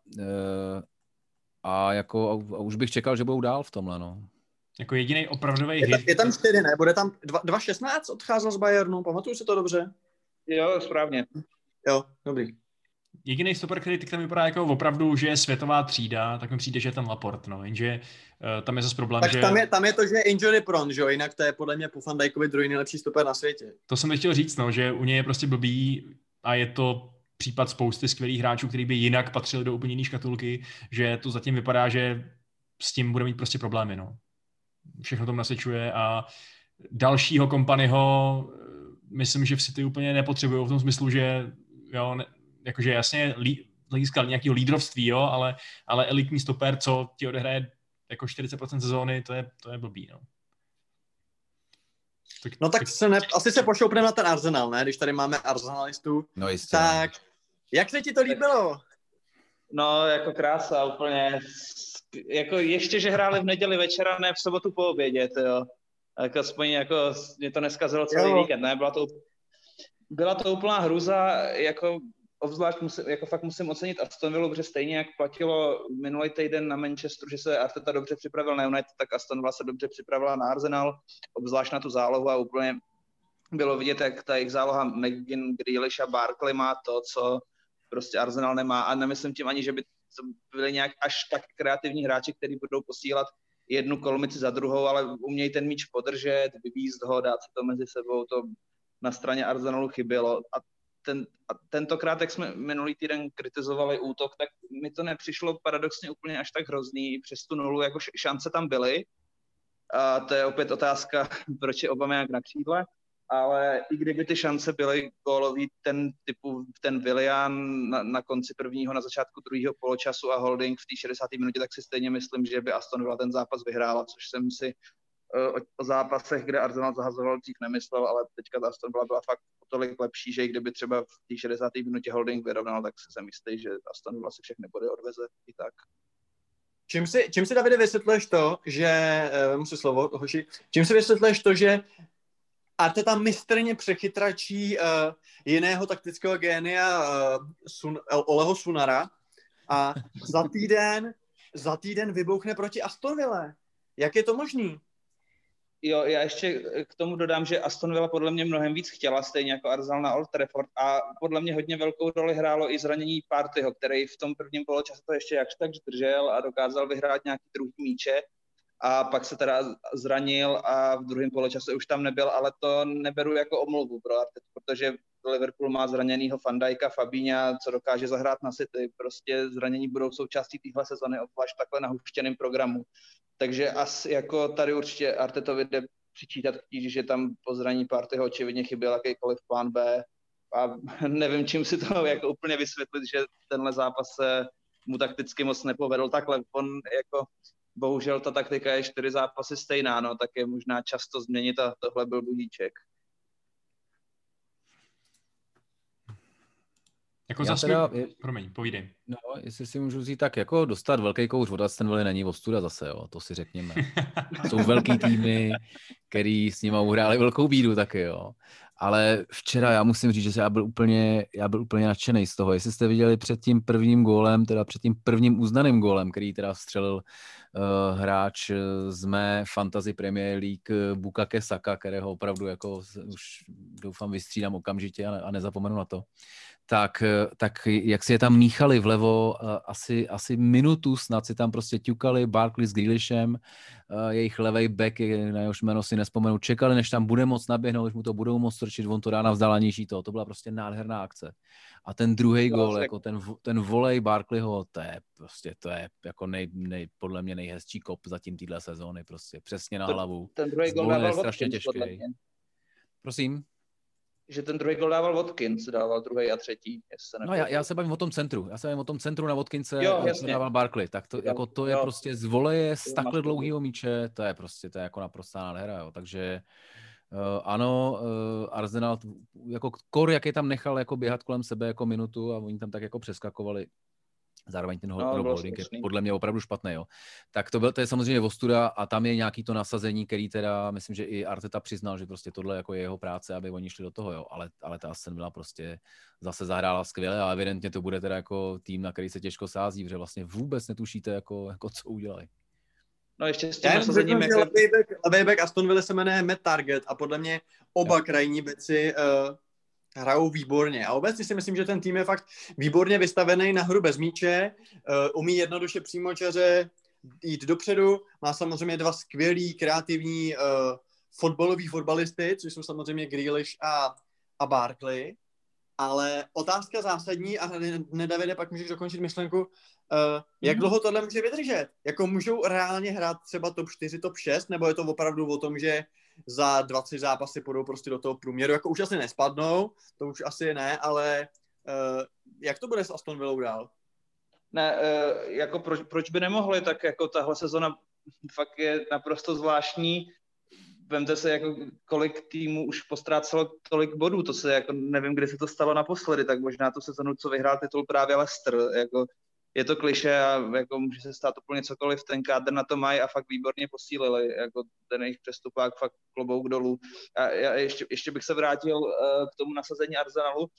a jako a už bych čekal, že budou dál v tomhle, no. Jako jediný opravdový hit. hit. Je tam čtyři, ne? Bude tam dva šestnáct odcházel z Bayernu, pamatuju si to dobře? Jo, správně. Jo, dobrý. Jediný stoper, který teď tam vypadá jako opravdu, že je světová třída, tak mi přijde, že je ten Laporte, no, jenže uh, tam je zase problém, tak že... tam je, tam je to, že je injury prone, že jo, jinak to je podle mě po Van Dijkovi druhý nejlepší stoper na světě. To jsem chtěl říct, no, že u něj je prostě blbý a je to případ spousty skvělých hráčů, který by jinak patřili do úplně jiné škatulky, že to zatím vypadá, že s tím bude mít prostě problémy, no. Všechno tomu nasvědčuje a dalšího Kompanyho myslím, že v City úplně nepotřebují v tom smyslu, že jo, ne, jakože jasně lí, hlediska nějakého lídrovství, jo, ale, ale elitní stoper, co ti odehraje jako čtyřicet procent sezóny, to je, to je blbý, no. Tak, no tak, tak... Se ne, asi se pošoupneme na ten Arsenal, ne, když tady máme Arsenalistů. No jistě. Tak, jak se ti to líbilo? No, jako krása, úplně, jako ještě, že hráli v neděli večera, ne v sobotu po obědě, jo. Tak aspoň jako mě to neskazilo celý jo. víkend, ne, byla to, Byla to úplná hruza, jako obzvlášť musím, jako fakt musím ocenit Aston Villa, protože stejně jak platilo minulý týden na Manchesteru, že se Arteta dobře připravil na United, tak Aston Villa se dobře připravila na Arsenal, obzvlášť na tu zálohu a úplně bylo vidět, jak ta jejich záloha McGinn, Grealish a Barkley má to, co prostě Arsenal nemá a nemyslím tím ani, že by to byli nějak až tak kreativní hráči, kteří budou posílat jednu kolomici za druhou, ale umějí ten míč podržet, vyvízt ho, dát si to mezi sebou, to na straně Arsenalu chybělo. A, ten, a tentokrát, jak jsme minulý týden kritizovali útok, tak mi to nepřišlo paradoxně úplně až tak hrozný. Přes tu nulu, jako šance tam byly. A to je opět otázka, proč je Aubameyang na křídle. Ale i kdyby ty šance byly gólový, ten typu, ten Willian na, na konci prvního, na začátku druhého poločasu a Holding v té šedesáté minutě, tak si stejně myslím, že by Aston Villa ten zápas vyhrála, což jsem si o, o zápasech, kde Arsenal zahazoval, dřív nemyslel, ale teďka ta Aston Villa byla fakt o tolik lepší, že i kdyby třeba v té šedesáté minutě Holding vyrovnal, tak si jsem jistý, že Aston Villa si všechny body odveze i tak. Čím si, čím si Davide vysvětluješ to, že, uh, si slovo, hoši, čím si vysvětluješ to, že Arteta mistrně přechytračí uh, jiného taktického génia uh, Sun, Oleho Sunara a za týden, za týden vybouchne proti Aston Ville. Jak je to možný? Jo, já ještě k tomu dodám, že Aston Villa podle mě mnohem víc chtěla, stejně jako Arsenal na Old Trafford a podle mě hodně velkou roli hrálo i zranění Parteyho, který v tom prvním poločase to ještě jakž tak držel a dokázal vyhrát nějaký druhý míče. A pak se teda zranil a v druhém poločase už tam nebyl, ale to neberu jako omluvu pro Artetu, protože Liverpool má zraněnýho Van Dijka, Fabinha, co dokáže zahrát na City. Prostě zranění budou součástí téhle sezony, obzvlášť takhle na huštěném programu. Takže asi jako tady určitě Artetovi jde přičítat k tí, že tam po zranění Parteyho očividně chyběl jakýkoliv plán B. A nevím, čím si to jako úplně vysvětlit, že tenhle zápas se mu takticky moc nepovedl. Takhle on jako bohužel ta taktika je čtyři zápasy stejná, no, tak je možná často změnit a tohle byl budíček. Jako za teda, svůj... Promiň, povídej. No, jestli si můžu říct, tak jako dostat velký kouř od Aston Villa není ostuda zase, jo, to si řekněme. Jsou velký týmy, který s nima uhráli velkou bídu taky, jo. Ale včera já musím říct, že já byl úplně, já byl úplně nadšený z toho. Jestli jste viděli před tím prvním gólem, teda před tím prvním uznaným gólem, který teda vstřelil uh, hráč z mé fantasy Premier League Bukayo Saka, kterého opravdu jako už doufám vystřídám okamžitě a, ne, a nezapomenu na to. Tak, tak jak si je tam míchali vlevo, uh, asi, asi minutu snad si tam prostě ťukali Barkley s Grealishem, uh, jejich levej back, na jehož jméno si nespomenu, čekali, než tam bude moc naběhnout, než mu to budou moc strčit, on to dá na vzdálenější to. To byla prostě nádherná akce. A ten druhý gól, jako ten, ten volej Barkleyho, to je prostě, to je jako nej, nej, podle mě nejhezčí kop zatím téhle sezóny, prostě přesně na hlavu. Ten druhý gól dával strašně těžký. Prosím? Že ten druhý gol dával Watkins, dával druhý a třetí. No já, já se bavím o tom centru. Já se bavím o tom centru na Watkinse, jo, co dával Barkley. Tak to, jo, jako to je jo. prostě z voleje z takhle dlouhýho míče, to je prostě, to je jako naprostá nádhera, jo. Takže uh, ano, uh, Arsenal, jako kor, jak je tam nechal jako běhat kolem sebe jako minutu a oni tam tak jako přeskakovali. Zároveň ten no, holding je podle mě opravdu špatný, jo. Tak to, byl, to je samozřejmě ostuda a tam je nějaký to nasazení, který teda, myslím, že i Arteta přiznal, že prostě tohle jako je jeho práce, aby oni šli do toho, jo. Ale, ale ta Aston Villa prostě zase zahrála skvěle a evidentně to bude teda jako tým, na který se těžko sází, protože vlastně vůbec netušíte, jako, jako co udělají. No ještě s tím nasazením... Jako... Levý back Aston Villa se jmenuje Matt Target a podle mě oba jo. krajní beci... Uh... hrajou výborně. A obecně si myslím, že ten tým je fakt výborně vystavený na hru bez míče, uh, umí jednoduše přímočaře jít dopředu, má samozřejmě dva skvělý, kreativní uh, fotbalový fotbalisty, což jsou samozřejmě Grealish a, a Barkley. Ale otázka zásadní, a ne, Davide, pak můžeš dokončit myšlenku, uh, jak dlouho tohle může vydržet? Jako můžou reálně hrát třeba top čtyři, top šest, nebo je to opravdu o tom, že za dvacet zápasy půjdou prostě do toho průměru, jako už asi nespadnou, to už asi ne, ale uh, jak to bude s Aston Villou dál? Ne, uh, jako proč, proč by nemohli, tak jako tahle sezona fakt je naprosto zvláštní. Vemte se, jako kolik týmů už postrácelo tolik bodů, to se jako nevím, kdy se to stalo naposledy, tak možná tu sezonu, co vyhrál titul právě Leicester, jako je to klišé a jako může se stát úplně cokoliv, ten kádr na to mají a fakt výborně posílili, jako ten jejich přestupák fakt klobouk dolů. A já ještě, ještě bych se vrátil uh, k tomu nasazení Arsenalu. Uh,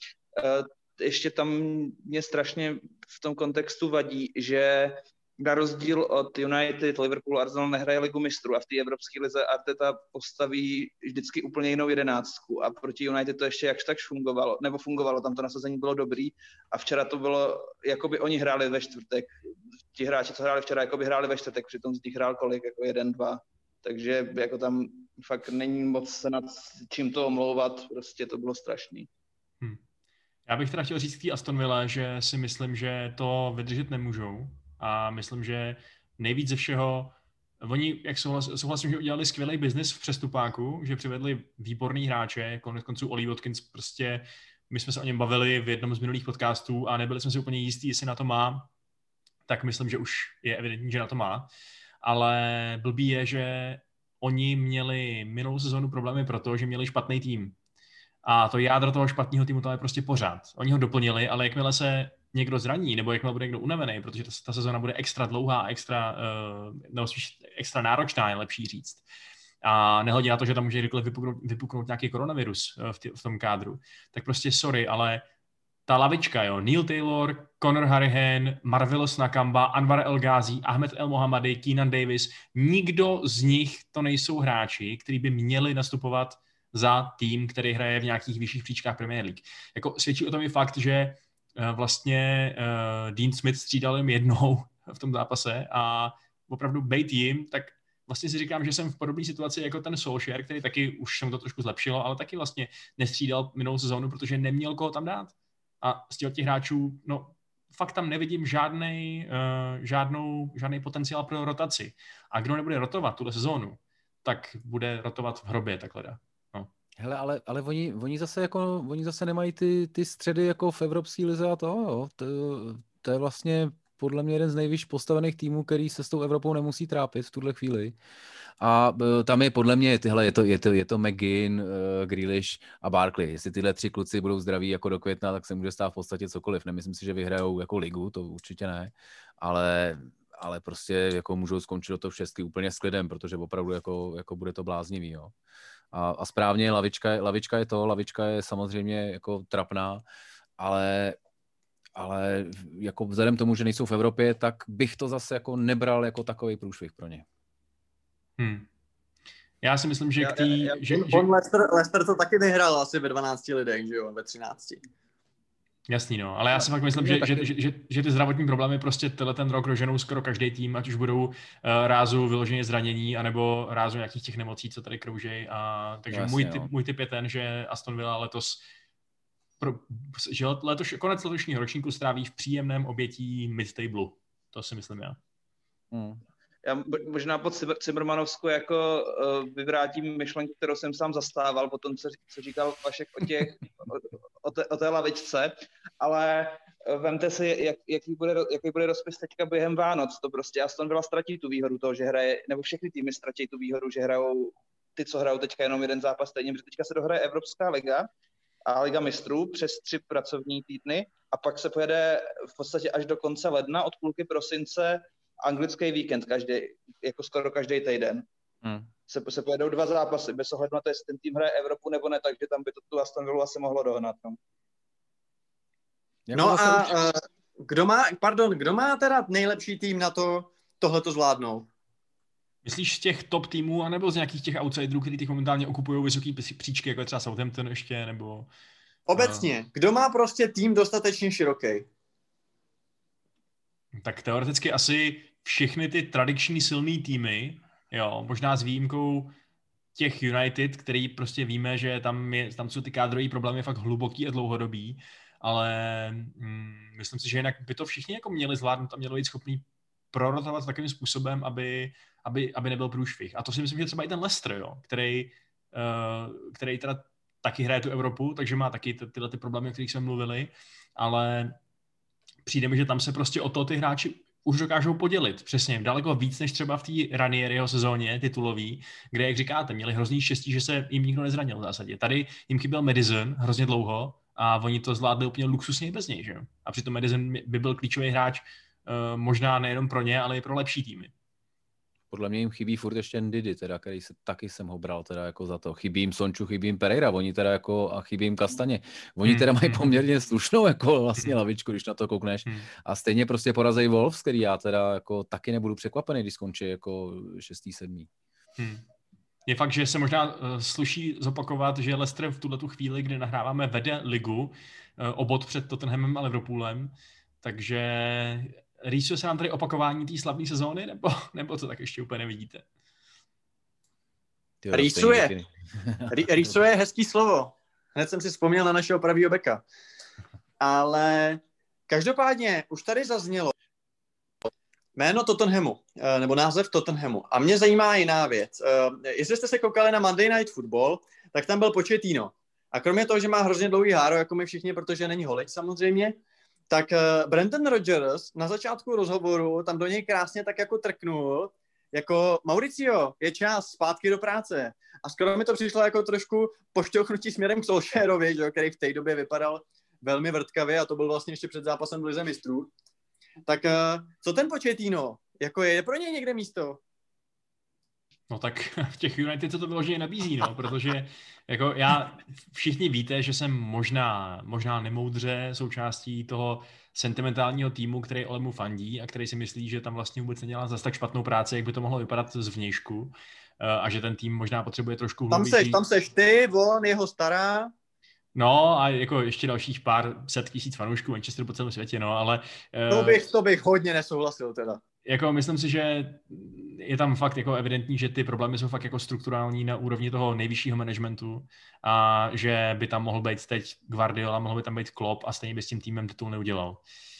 ještě tam mě strašně v tom kontextu vadí, že na rozdíl od United, Liverpoolu, Arsenal nehraje ligu mistrů a v té evropské lize Arteta postaví vždycky úplně jinou jedenáctku a proti United to ještě jakž tak fungovalo, nebo fungovalo, tam to nasazení bylo dobrý a včera to bylo, jako by oni hráli ve čtvrtek, ti hráči, co hráli včera, jako by hráli ve čtvrtek, přitom z nich hrál kolik, jako jeden, dva, takže jako tam fakt není moc se nad čím to omlouvat, prostě to bylo strašný. Hmm. Já bych teda chtěl říct k té Aston Villa, že si myslím, že to vydržet nemůžou. A myslím, že nejvíc ze všeho, oni, jak souhlas, souhlasím, že udělali skvělý biznis v přestupáku, že přivedli výborný hráče, konec konců Ollie Watkins, prostě my jsme se o něm bavili v jednom z minulých podcastů a nebyli jsme si úplně jistí, jestli na to má, tak myslím, že už je evidentní, že na to má. Ale blbý je, že oni měli minulou sezónu problémy proto, že měli špatný tým. A to jádro toho špatného týmu to je prostě pořád. Oni ho doplnili, ale jakmile se někdo zraní, nebo jakmile bude někdo unavený, protože ta, ta sezóna bude extra dlouhá, extra, uh, nebo spíš extra náročná, je lepší říct. A nehledě na to, že tam může rychle vypuknout, vypuknout nějaký koronavirus uh, v, tě, v tom kádru, tak prostě sorry, ale ta lavička, jo, Neil Taylor, Conor Harrihan, Marvelous Nakamba, Anwar El Ghazi, Ahmed El Mohammadi, Keenan Davis, nikdo z nich to nejsou hráči, kteří by měli nastupovat za tým, který hraje v nějakých vyšších příčkách Premier League. Jako svědčí o tom i fakt, že vlastně uh, Dean Smith střídal jen jednou v tom zápase a opravdu bejt jim, tak vlastně si říkám, že jsem v podobné situaci jako ten Solskjaer, který taky už se mu to trošku zlepšilo, ale taky vlastně nestřídal minulou sezónu, protože neměl koho tam dát. A z těch hráčů, no fakt tam nevidím žádnej, uh, žádnou, žádný potenciál pro rotaci. A kdo nebude rotovat tuhle sezónu, tak bude rotovat v hrobě, takhle dá. No. Hele, ale, ale oni, oni, zase jako, oni zase nemají ty, ty středy jako v Evropské lize a toho, jo. To, to je vlastně podle mě jeden z nejvíc postavených týmů, který se s tou Evropou nemusí trápit v tuhle chvíli. A uh, tam je podle mě, tyhle, je to, je to, je to McGinn, uh, Grealish a Barkley. Jestli tyhle tři kluci budou zdraví jako do května, tak se může stát v podstatě cokoliv. Nemyslím si, že vyhrajou jako ligu, to určitě ne, ale, ale prostě jako můžou skončit do toho šestky úplně s klidem, protože opravdu jako, jako bude to bláznivý, jo. A, a správně, lavička, lavička je to, lavička je samozřejmě jako trapná, ale, ale jako vzhledem tomu, že nejsou v Evropě, tak bych to zase jako nebral jako takový průšvih pro ně. Hmm. Já si myslím, že já, k tý, já, já, že, on že... Leicester, Leicester to taky vyhrál asi ve dvanácti lidech, že jo, ve třinácti. Jasný, no, ale já si fakt myslím, že, že, že, že ty zdravotní problémy prostě tenhle ten rok roženou skoro každý tým, ať už budou uh, rázu vyloženě zranění, anebo rázu nějakých těch nemocí, co tady kroužejí. A takže Jasně, můj, typ, no. můj typ je ten, že Aston Villa letos pro, že letoš, konec letošního ročníku stráví v příjemném obětí mid-table. To si myslím já. Hmm. Já možná pod Cimrmanovsku jako uh, vyvrátím myšlenku, kterou jsem sám zastával po tom, co, co říkal Vašek o, těch, o, o, té, o té lavičce, ale uh, vemte si, jak, jaký, bude, jaký bude rozpis teďka během Vánoc. To prostě Aston Villa ztratí tu výhodu toho, že hraje, nebo všechny týmy ztratí tu výhodu, že hrajou ty, co hrajou teďka jenom jeden zápas stejně, protože teďka se dohraje Evropská liga a Liga mistrů přes tři pracovní týdny a pak se pojede v podstatě až do konce ledna, od půlky prosince anglický víkend, každý, jako skoro každý týden. Hmm. Se, se pojedou dva zápasy, bez ohledu na to, jestli ten tým hraje Evropu nebo ne, takže tam by to tu Aston Villa asi mohlo dohnat. No, no a uh, kdo má, pardon, kdo má teda nejlepší tým na to tohleto zvládnout? Myslíš z těch top týmů, anebo z nějakých těch outsiderů, kteří těch momentálně okupují vysoký příčky, jako je třeba Southampton ještě, nebo... Obecně, uh... kdo má prostě tým dostatečně široký? Tak teoreticky asi všechny ty tradiční silný týmy, jo, možná s výjimkou těch United, který prostě víme, že tam, je, tam jsou ty kádrové problémy fakt hluboký a dlouhodobý, ale mm, myslím si, že jinak by to všichni jako měli zvládnout a měli být schopný prorotovat takovým způsobem, aby, aby, aby nebyl průšvih. A to si myslím, že třeba i ten Leicester, jo, který, uh, který teda taky hraje tu Evropu, takže má taky ty, tyhle ty problémy, o kterých jsme mluvili, ale přijde mi, že tam se prostě o to ty hráči už dokážou podělit. Přesně, daleko víc než třeba v té Ranieriho sezóně titulový, kde, jak říkáte, měli hrozný štěstí, že se jim nikdo nezranil v zásadě. Tady jim chyběl Madison hrozně dlouho a oni to zvládli úplně luxusně bez něj, že jo? A přitom Madison by byl klíčový hráč možná nejenom pro ně, ale i pro lepší týmy. Podle mě jim chybí furt ještě Ndidi, teda, který se, taky jsem ho bral teda jako za to. Chybí jim Sonču, chybí jim Pereira, oni teda jako, a chybí jim Kastaně. Oni hmm. teda mají poměrně slušnou jako vlastně lavičku, když na to koukneš. Hmm. A stejně prostě porazej Wolves, který já teda jako taky nebudu překvapený, když skončí jako šestý, sedmý. Hmm. Je fakt, že se možná uh, sluší zopakovat, že Leicester v tuhletu chvíli, kdy nahráváme, vede ligu uh, o bod před Tottenhamem a Liverpoolem, takže rýsuje se nám tady opakování té slavné sezóny, nebo, nebo to tak ještě úplně nevidíte? Rýsuje. Rýsuje je hezký slovo. Hned jsem si vzpomněl na našeho pravýho beka. Ale každopádně už tady zaznělo jméno Tottenhamu, nebo název Tottenhamu. A mě zajímá jiná věc. Jestli jste se koukali na Monday Night Football, tak tam byl Pochettino. A kromě toho, že má hrozně dlouhý háro, jako my všichni, protože není holič samozřejmě, tak Brendan Rodgers na začátku rozhovoru tam do něj krásně tak jako trknul, jako Mauricio, je čas zpátky do práce. A skoro mi to přišlo jako trošku pošťouchnutí směrem k Solskjaerovi, že, který v té době vypadal velmi vrtkavě, a to byl vlastně ještě před zápasem v Lize mistrů. Tak co ten Pochettino? Jako je pro něj někde místo? No tak v těch United se to vyloženě nabízí, no, protože jako já, všichni víte, že jsem možná, možná nemoudře součástí toho sentimentálního týmu, který Olemu fandí a který si myslí, že tam vlastně vůbec nedělá zase tak špatnou práci, jak by to mohlo vypadat zvnějšku, a že ten tým možná potřebuje trošku hloubější. Tam seš, tam seš ty, on, jeho stará. No a jako ještě dalších pár set tisíc fanoušků Manchesteru po celém světě, no, ale... To bych, to bych hodně nesouhlasil teda. Jako myslím si, že je tam fakt jako evidentní, že ty problémy jsou fakt jako strukturální na úrovni toho nejvyššího managementu a že by tam mohl být teď Guardiola, mohl by tam být Klopp a stejně by s tím týmem titul neudělal.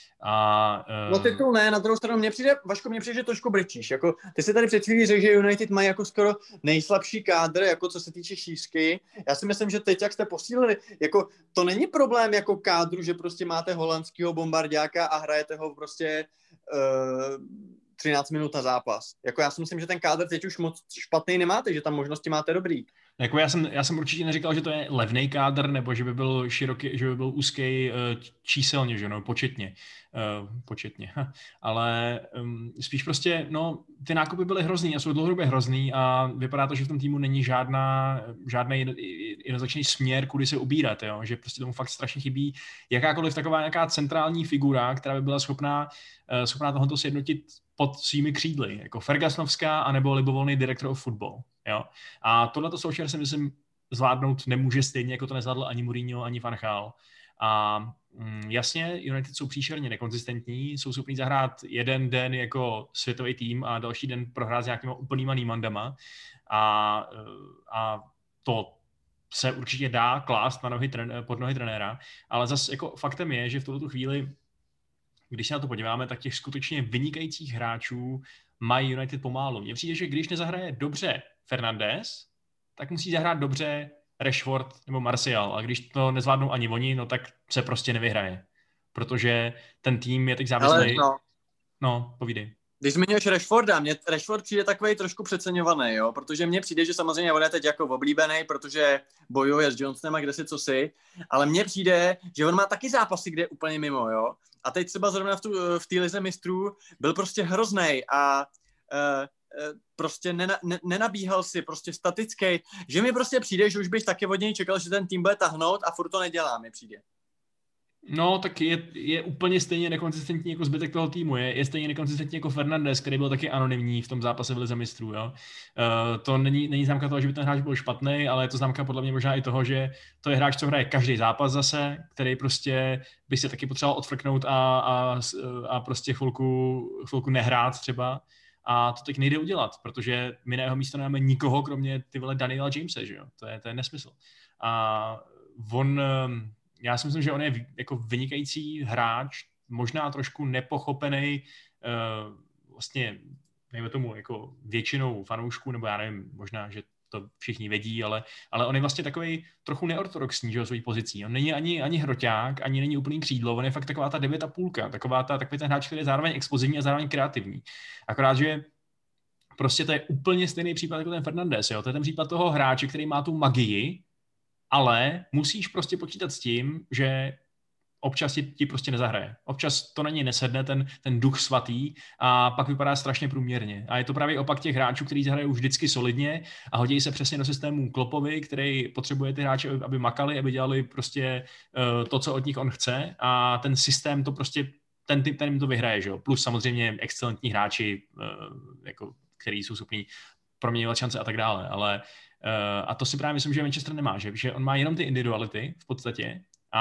A, uh... No titul ne, na druhou stranu mně přijde, Vaško, mně přijde, že trošku brečíš. Jako, ty jsi tady před chvílí řekl, že United mají jako skoro nejslabší kádr, jako co se týče šířky. Já si myslím, že teď, jak jste posílili, jako to není problém jako kádru, že prostě máte holandského bombardáka a hrajete ho prostě uh, třináct minut na zápas. Jako já si myslím, že ten kádr teď už moc špatný nemáte, že tam možnosti máte dobrý. Jako já jsem, já jsem určitě neříkal, že to je levný kádr, nebo že by byl široký, že by byl úzký uh, číselně, že no, početně. Uh, početně. Ale um, spíš prostě, no, ty nákupy byly hrozný a jsou dlouhodobě hrozný a vypadá to, že v tom týmu není žádná, žádný jednoznačný směr, kudy se ubírat, jo? Že prostě tomu fakt strašně chybí jakákoliv taková nějaká centrální figura, která by byla schopná, uh, schopná tohoto sjednotit pod svými křídly, jako Fergusonovská anebo libovolný director of football. Jo? A tohleto Solskjaer si myslím zvládnout nemůže stejně, jako to nezvládl ani Mourinho, ani Van Gaal. A mm, jasně, United jsou příšerně nekonzistentní, jsou schopní zahrát jeden den jako světový tým a další den prohrát s nějakýma úplnýma nímandama. A, a to se určitě dá klást na nohy, pod nohy trenéra, ale zase jako faktem je, že v tuto chvíli, když se na to podíváme, tak těch skutečně vynikajících hráčů mají United pomálu. Mně přijde, že když nezahraje dobře Fernandes, tak musí zahrát dobře Rashford nebo Martial. A když to nezvládnou ani oni, no tak se prostě nevyhraje. Protože ten tým je teď závislý. No. no, povídej. Když zmiňuješ Rashforda, mě Rashford přijde takovej trošku přeceňovaný, jo? Protože mně přijde, že samozřejmě on je teď jako oblíbený, protože bojuje s Johnsonem a kde si co si, ale mně přijde, že on má taky zápasy, kde je úplně mimo, jo? A teď třeba zrovna v, tu, v té lize mistrů byl prostě hroznej a uh, uh, prostě nena, ne, nenabíhal si, prostě statický, že mi prostě přijde, že už bych taky od něj čekal, že ten tým bude tahnout a furt to nedělá, mi přijde. No, tak je, je úplně stejně nekonzistentní jako zbytek toho týmu. Je, je stejně nekonzistentní jako Fernandes, který byl taky anonymní v tom zápase v lize mistrů. Jo? Uh, to není, není známka toho, že by ten hráč byl špatný, ale je to známka podle mě možná i toho, že to je hráč, co hraje každý zápas zase, který prostě by se taky potřeboval odfrknout a, a, a prostě chvilku, chvilku nehrát třeba. A to teď nejde udělat, protože my na jeho místo nemáme nikoho, kromě ty vole Daniela Jamese, že jo? To je, to je nesmysl. A on... Já si myslím, že on je jako vynikající hráč, možná trošku nepochopený uh, vlastně, nevím tomu, jako většinou fanoušků, nebo já nevím, možná, že to všichni vědí, ale, ale on je vlastně takový trochu neortodoxní, že, svojí pozicí. On není ani, ani hroťák, ani není úplný křídlo, on je fakt taková ta devět a půlka, taková ta, takový ten hráč, který je zároveň explozivní a zároveň kreativní. Akorát, že prostě to je úplně stejný případ jako ten Fernandes, jo? To je ten případ toho hráče, který má tu magii, ale musíš prostě počítat s tím, že občas ti, ti prostě nezahraje. Občas to na něj nesedne, ten, ten duch svatý a pak vypadá strašně průměrně. A je to právě opak těch hráčů, kteří zahrají vždycky solidně a hodí se přesně do systému Kloppovi, který potřebuje ty hráče, aby makali, aby dělali prostě uh, to, co od nich on chce a ten systém to prostě, ten typ, ten jim to vyhraje, že jo. Plus samozřejmě excelentní hráči, uh, jako, který jsou schopní proměňovat šance a tak dále, ale uh, a to si právě myslím, že Manchester nemá, že, že on má jenom ty individuality v podstatě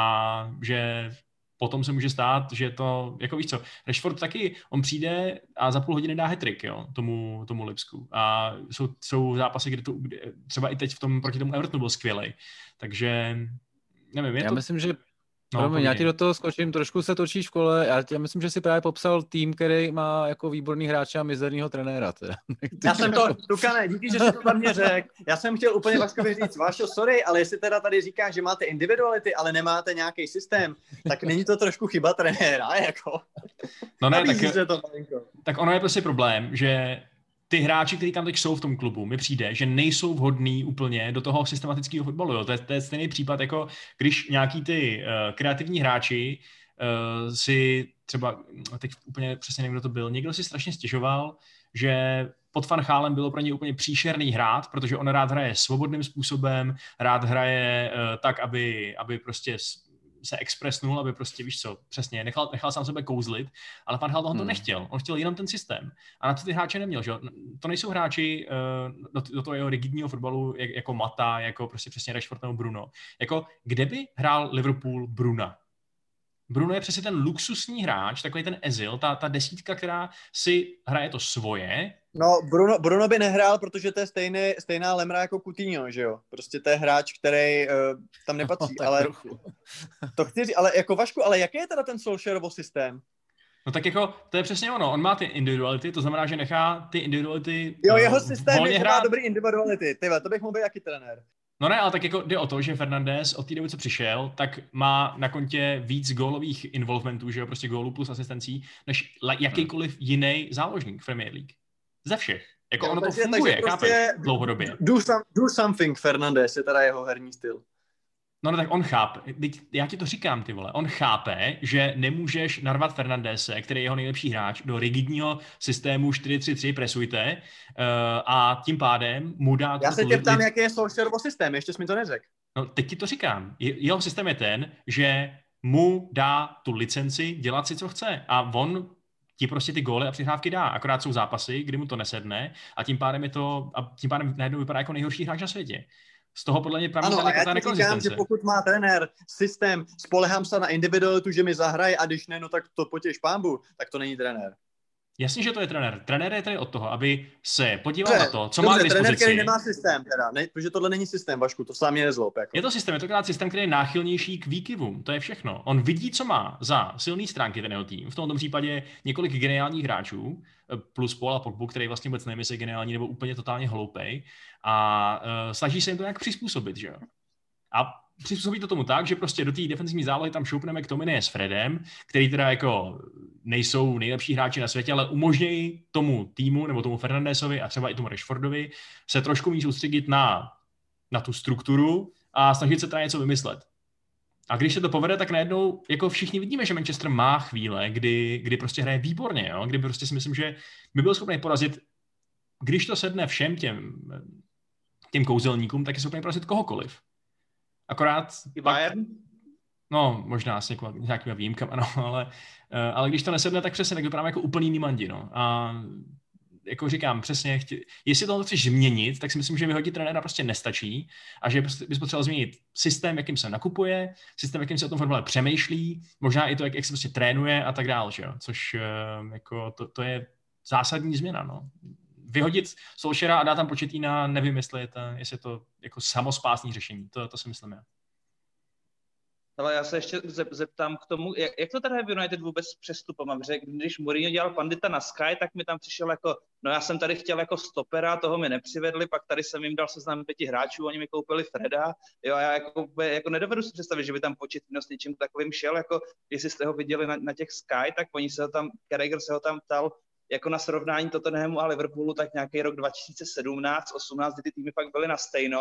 a že potom se může stát, že to, jako víš co, Rashford taky, on přijde a za půl hodiny dá hat-trick, jo, tomu, tomu Lipsku. A jsou, jsou zápasy, kde to, kde, třeba i teď v tom, proti tomu Evertonu byl skvělej. Takže, nevím, je Já to... myslím, že No, Promiň, já ti do toho skočím, trošku se točíš v kole, já, já myslím, že si právě popsal tým, který má jako výborný hráče a mizernýho trenéra. Teda. Já jsem to, Tukane, díky, že jsi to tam mě řekl. Já jsem chtěl úplně Vaškovi říct, Vašo, sorry, ale jestli teda tady říkáš, že máte individuality, ale nemáte nějaký systém, tak není to trošku chyba trenéra, jako? No ne, tak, to, tak ono je prostě problém, že ty hráči, kteří tam teď jsou v tom klubu, mi přijde, že nejsou vhodní úplně do toho systematického fotbalu. Jo. To, je, to je stejný případ, jako když nějaký ty uh, kreativní hráči uh, si třeba, teď úplně přesně nevím, kdo to byl, někdo si strašně stěžoval, že pod Van Gaalem bylo pro něj úplně příšerný hrát, protože on rád hraje svobodným způsobem, rád hraje uh, tak, aby, aby prostě se expresnul, aby prostě, víš co, přesně, nechal, nechal sám sebe kouzlit, ale Van Gaal toho to hmm. nechtěl. On chtěl jenom ten systém. A na to ty hráče neměl, že jo? To nejsou hráči uh, do, do toho jeho rigidního fotbalu, jak, jako Mata, jako prostě přesně Rashford nebo Bruno. Jako, kde by hrál Liverpool Bruna? Bruno je přesně ten luxusní hráč, takový ten Ezil, ta, ta desítka, která si hraje to svoje. No, Bruno, Bruno by nehrál, protože to je stejný, stejná lemra jako Coutinho, že jo? Prostě to je hráč, který uh, tam nepatří, no, ale trochu. To chci říct, ale jako Vašku, ale jaký je teda ten Solskjaerův systém? No tak jako, to je přesně ono, on má ty individuality, to znamená, že nechá ty individuality Jo, jeho systém je, hrát. Má dobrý individuality, tyhle, to bych mohl být jaký trenér. No ne, ale tak jako jde o to, že Fernandes od té doby, co přišel, tak má na kontě víc gólových involvementů, že jo, prostě gólů plus asistencí, než jakýkoliv jiný záložník v Premier League. Ze všech. Jako jo, ono takže, to funguje, prostě chápeš, dlouhodobě. Do, some, do something, Fernandes, je teda jeho herní styl. No, no tak on chápe, já ti to říkám, ty vole, on chápe, že nemůžeš narvat Fernandese, který je jeho nejlepší hráč, do rigidního systému čtyři tři tři, presujte, uh, a tím pádem mu dá... Já se tě ptám, jaký je Solskjaerův systém, ještě jsi mi to neřekl. No, teď ti to říkám. Jeho systém je ten, že mu dá tu licenci dělat si, co chce. A on ti prostě ty góly a přihrávky dá. Akorát jsou zápasy, kdy mu to nesedne a tím pádem je to, a tím pádem najednou vypadá jako nejhorší hráč na světě. Z toho podle mě právě ano, a já ti říkám, že pokud má trenér systém, spolehám se na individualitu, že mi zahraje a když ne, no tak to potěš pánbu, tak to není trenér. Jasně, že to je trenér. Trenér je tady od toho, aby se podíval dobře, na to, co dobře, má k dispozici. Trenér, který nemá systém, teda, ne, protože tohle není systém, Vašku, to sám je nezlob. Jako. Je to systém, je to krát systém, který je náchylnější k výkyvům, to je všechno. On vidí, co má za silné stránky ten jeho tým. V tomto případě několik geniálních hráčů, plus Paul a Pogbu, který vlastně vůbec nevím, jestli je geniální nebo úplně totálně hloupej, a uh, snaží se jim to nějak přizpůsobit, že jo. A přizpůsobí to tomu tak, že prostě do té defenzivní zálohy tam šoupneme k Tominé s Fredem, který teda jako nejsou nejlepší hráči na světě, ale umožnějí tomu týmu nebo tomu Fernandesovi a třeba i tomu Rashfordovi se trošku víc soustředit na, na tu strukturu a snažit se teda něco vymyslet. A když se to povede, tak najednou jako všichni vidíme, že Manchester má chvíle, kdy, kdy prostě hraje výborně, jo? Kdy prostě si myslím, že by byl schopný porazit, když to sedne všem těm, těm kouzelníkům, tak je schopný porazit kohokoliv. Akorát... I Bayern? No, možná s nějakými výjimkami, no, ale, ale když to nesedne, tak přesně, tak vypadám jako úplný jiný mandi, no. A jako říkám, přesně, chtě, jestli tohle chceš změnit, tak si myslím, že vyhodit trenéra prostě nestačí a že bys potřeboval změnit systém, jakým se nakupuje, systém, jakým se o tom fotbale přemýšlí, možná i to, jak, jak se prostě trénuje a tak dále, že jo, což jako to, to je zásadní změna, no. Vyhodit Solskjaera a dát tam Početína, nevím, jestli je to, jestli je to jako samospásný řešení. To, to si myslím já. Ale já se ještě zeptám k tomu, jak, jak to teda je v United vůbec s přestupem? Když Mourinho dělal pandita na Sky, tak mi tam přišel jako, no já jsem tady chtěl jako stopera, toho mi nepřivedli, pak tady jsem jim dal seznam pěti hráčů, oni mi koupili Freda, jo, a já jako, jako nedovedu si představit, že by tam Početino s něčím takovým šel, jako jestli jste ho viděli na, na těch Sky, tak oni se ho tam, Carragher se ho tam ptal, jako na srovnání Tottenhamu a Liverpoolu, tak nějaký rok dva tisíce sedmnáct osmnáct, kdy ty týmy pak byly na stejno,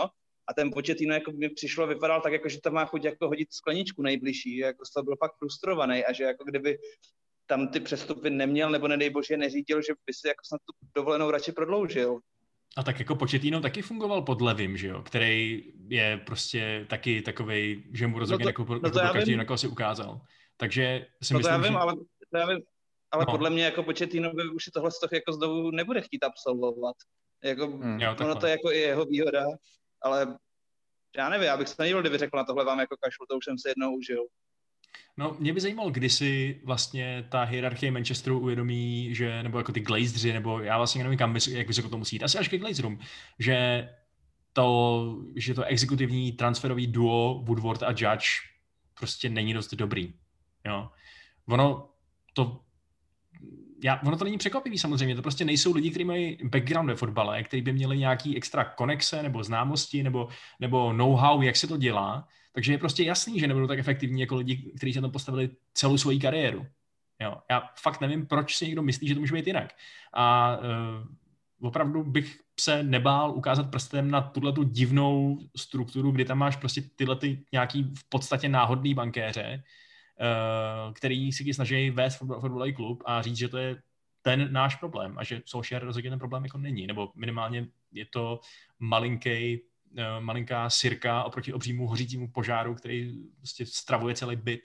A ten Pochettino jako mi přišlo, vypadal tak, jako, že tam má chuť jako hodit skleničku nejbližší, jako z toho byl fakt frustrovaný a že jako kdyby tam ty přestupy neměl, nebo nedej bože neřídil, že by si jako snad tu dovolenou radši prodloužil. A tak jako Pochettino taky fungoval pod Levim, že jo, který je prostě taky takovej, že mu rozhodně no to, jako, no jako každý, na koho si ukázal. Takže si no myslím, to já vím, že... ale, to já vím, ale no. podle mě jako Pochettino by už tohle z toho jako znovu nebude chtít absolvovat. Jako, hmm. jo, ono to je jako i jeho výhoda, ale já nevím, já bych se nedivil, kdyby řekl na tohle vám jako kašlu, to už jsem se jednou užil. No, mě by zajímalo, kdy si vlastně ta hierarchie Manchesteru uvědomí, že, nebo jako ty Glazeři, nebo já vlastně nevím, kam, jak vysoko to musí jít, asi až ke Glazerům, že to, že to exekutivní transferový duo Woodward a Judge prostě není dost dobrý. Jo. Ono to Já, ono to není překvapivý samozřejmě, to prostě nejsou lidi, kteří mají background ve fotbale, kteří by měli nějaký extra konexe nebo známosti nebo, nebo know-how, jak se to dělá, takže je prostě jasný, že nebudou tak efektivní jako lidi, kteří se tam postavili celou svoji kariéru. Jo. Já fakt nevím, proč si někdo myslí, že to může být jinak. A uh, opravdu bych se nebál ukázat prstem na tuhletu divnou strukturu, kdy tam máš prostě tyhle ty nějaký v podstatě náhodný bankéře, který si snaží vést fotbalový klub a říct, že to je ten náš problém a že Solskjaer rozhodně ten problém jako není, nebo minimálně je to malinký, malinká sirka oproti obřímu hořícímu požáru, který prostě stravuje celý byt.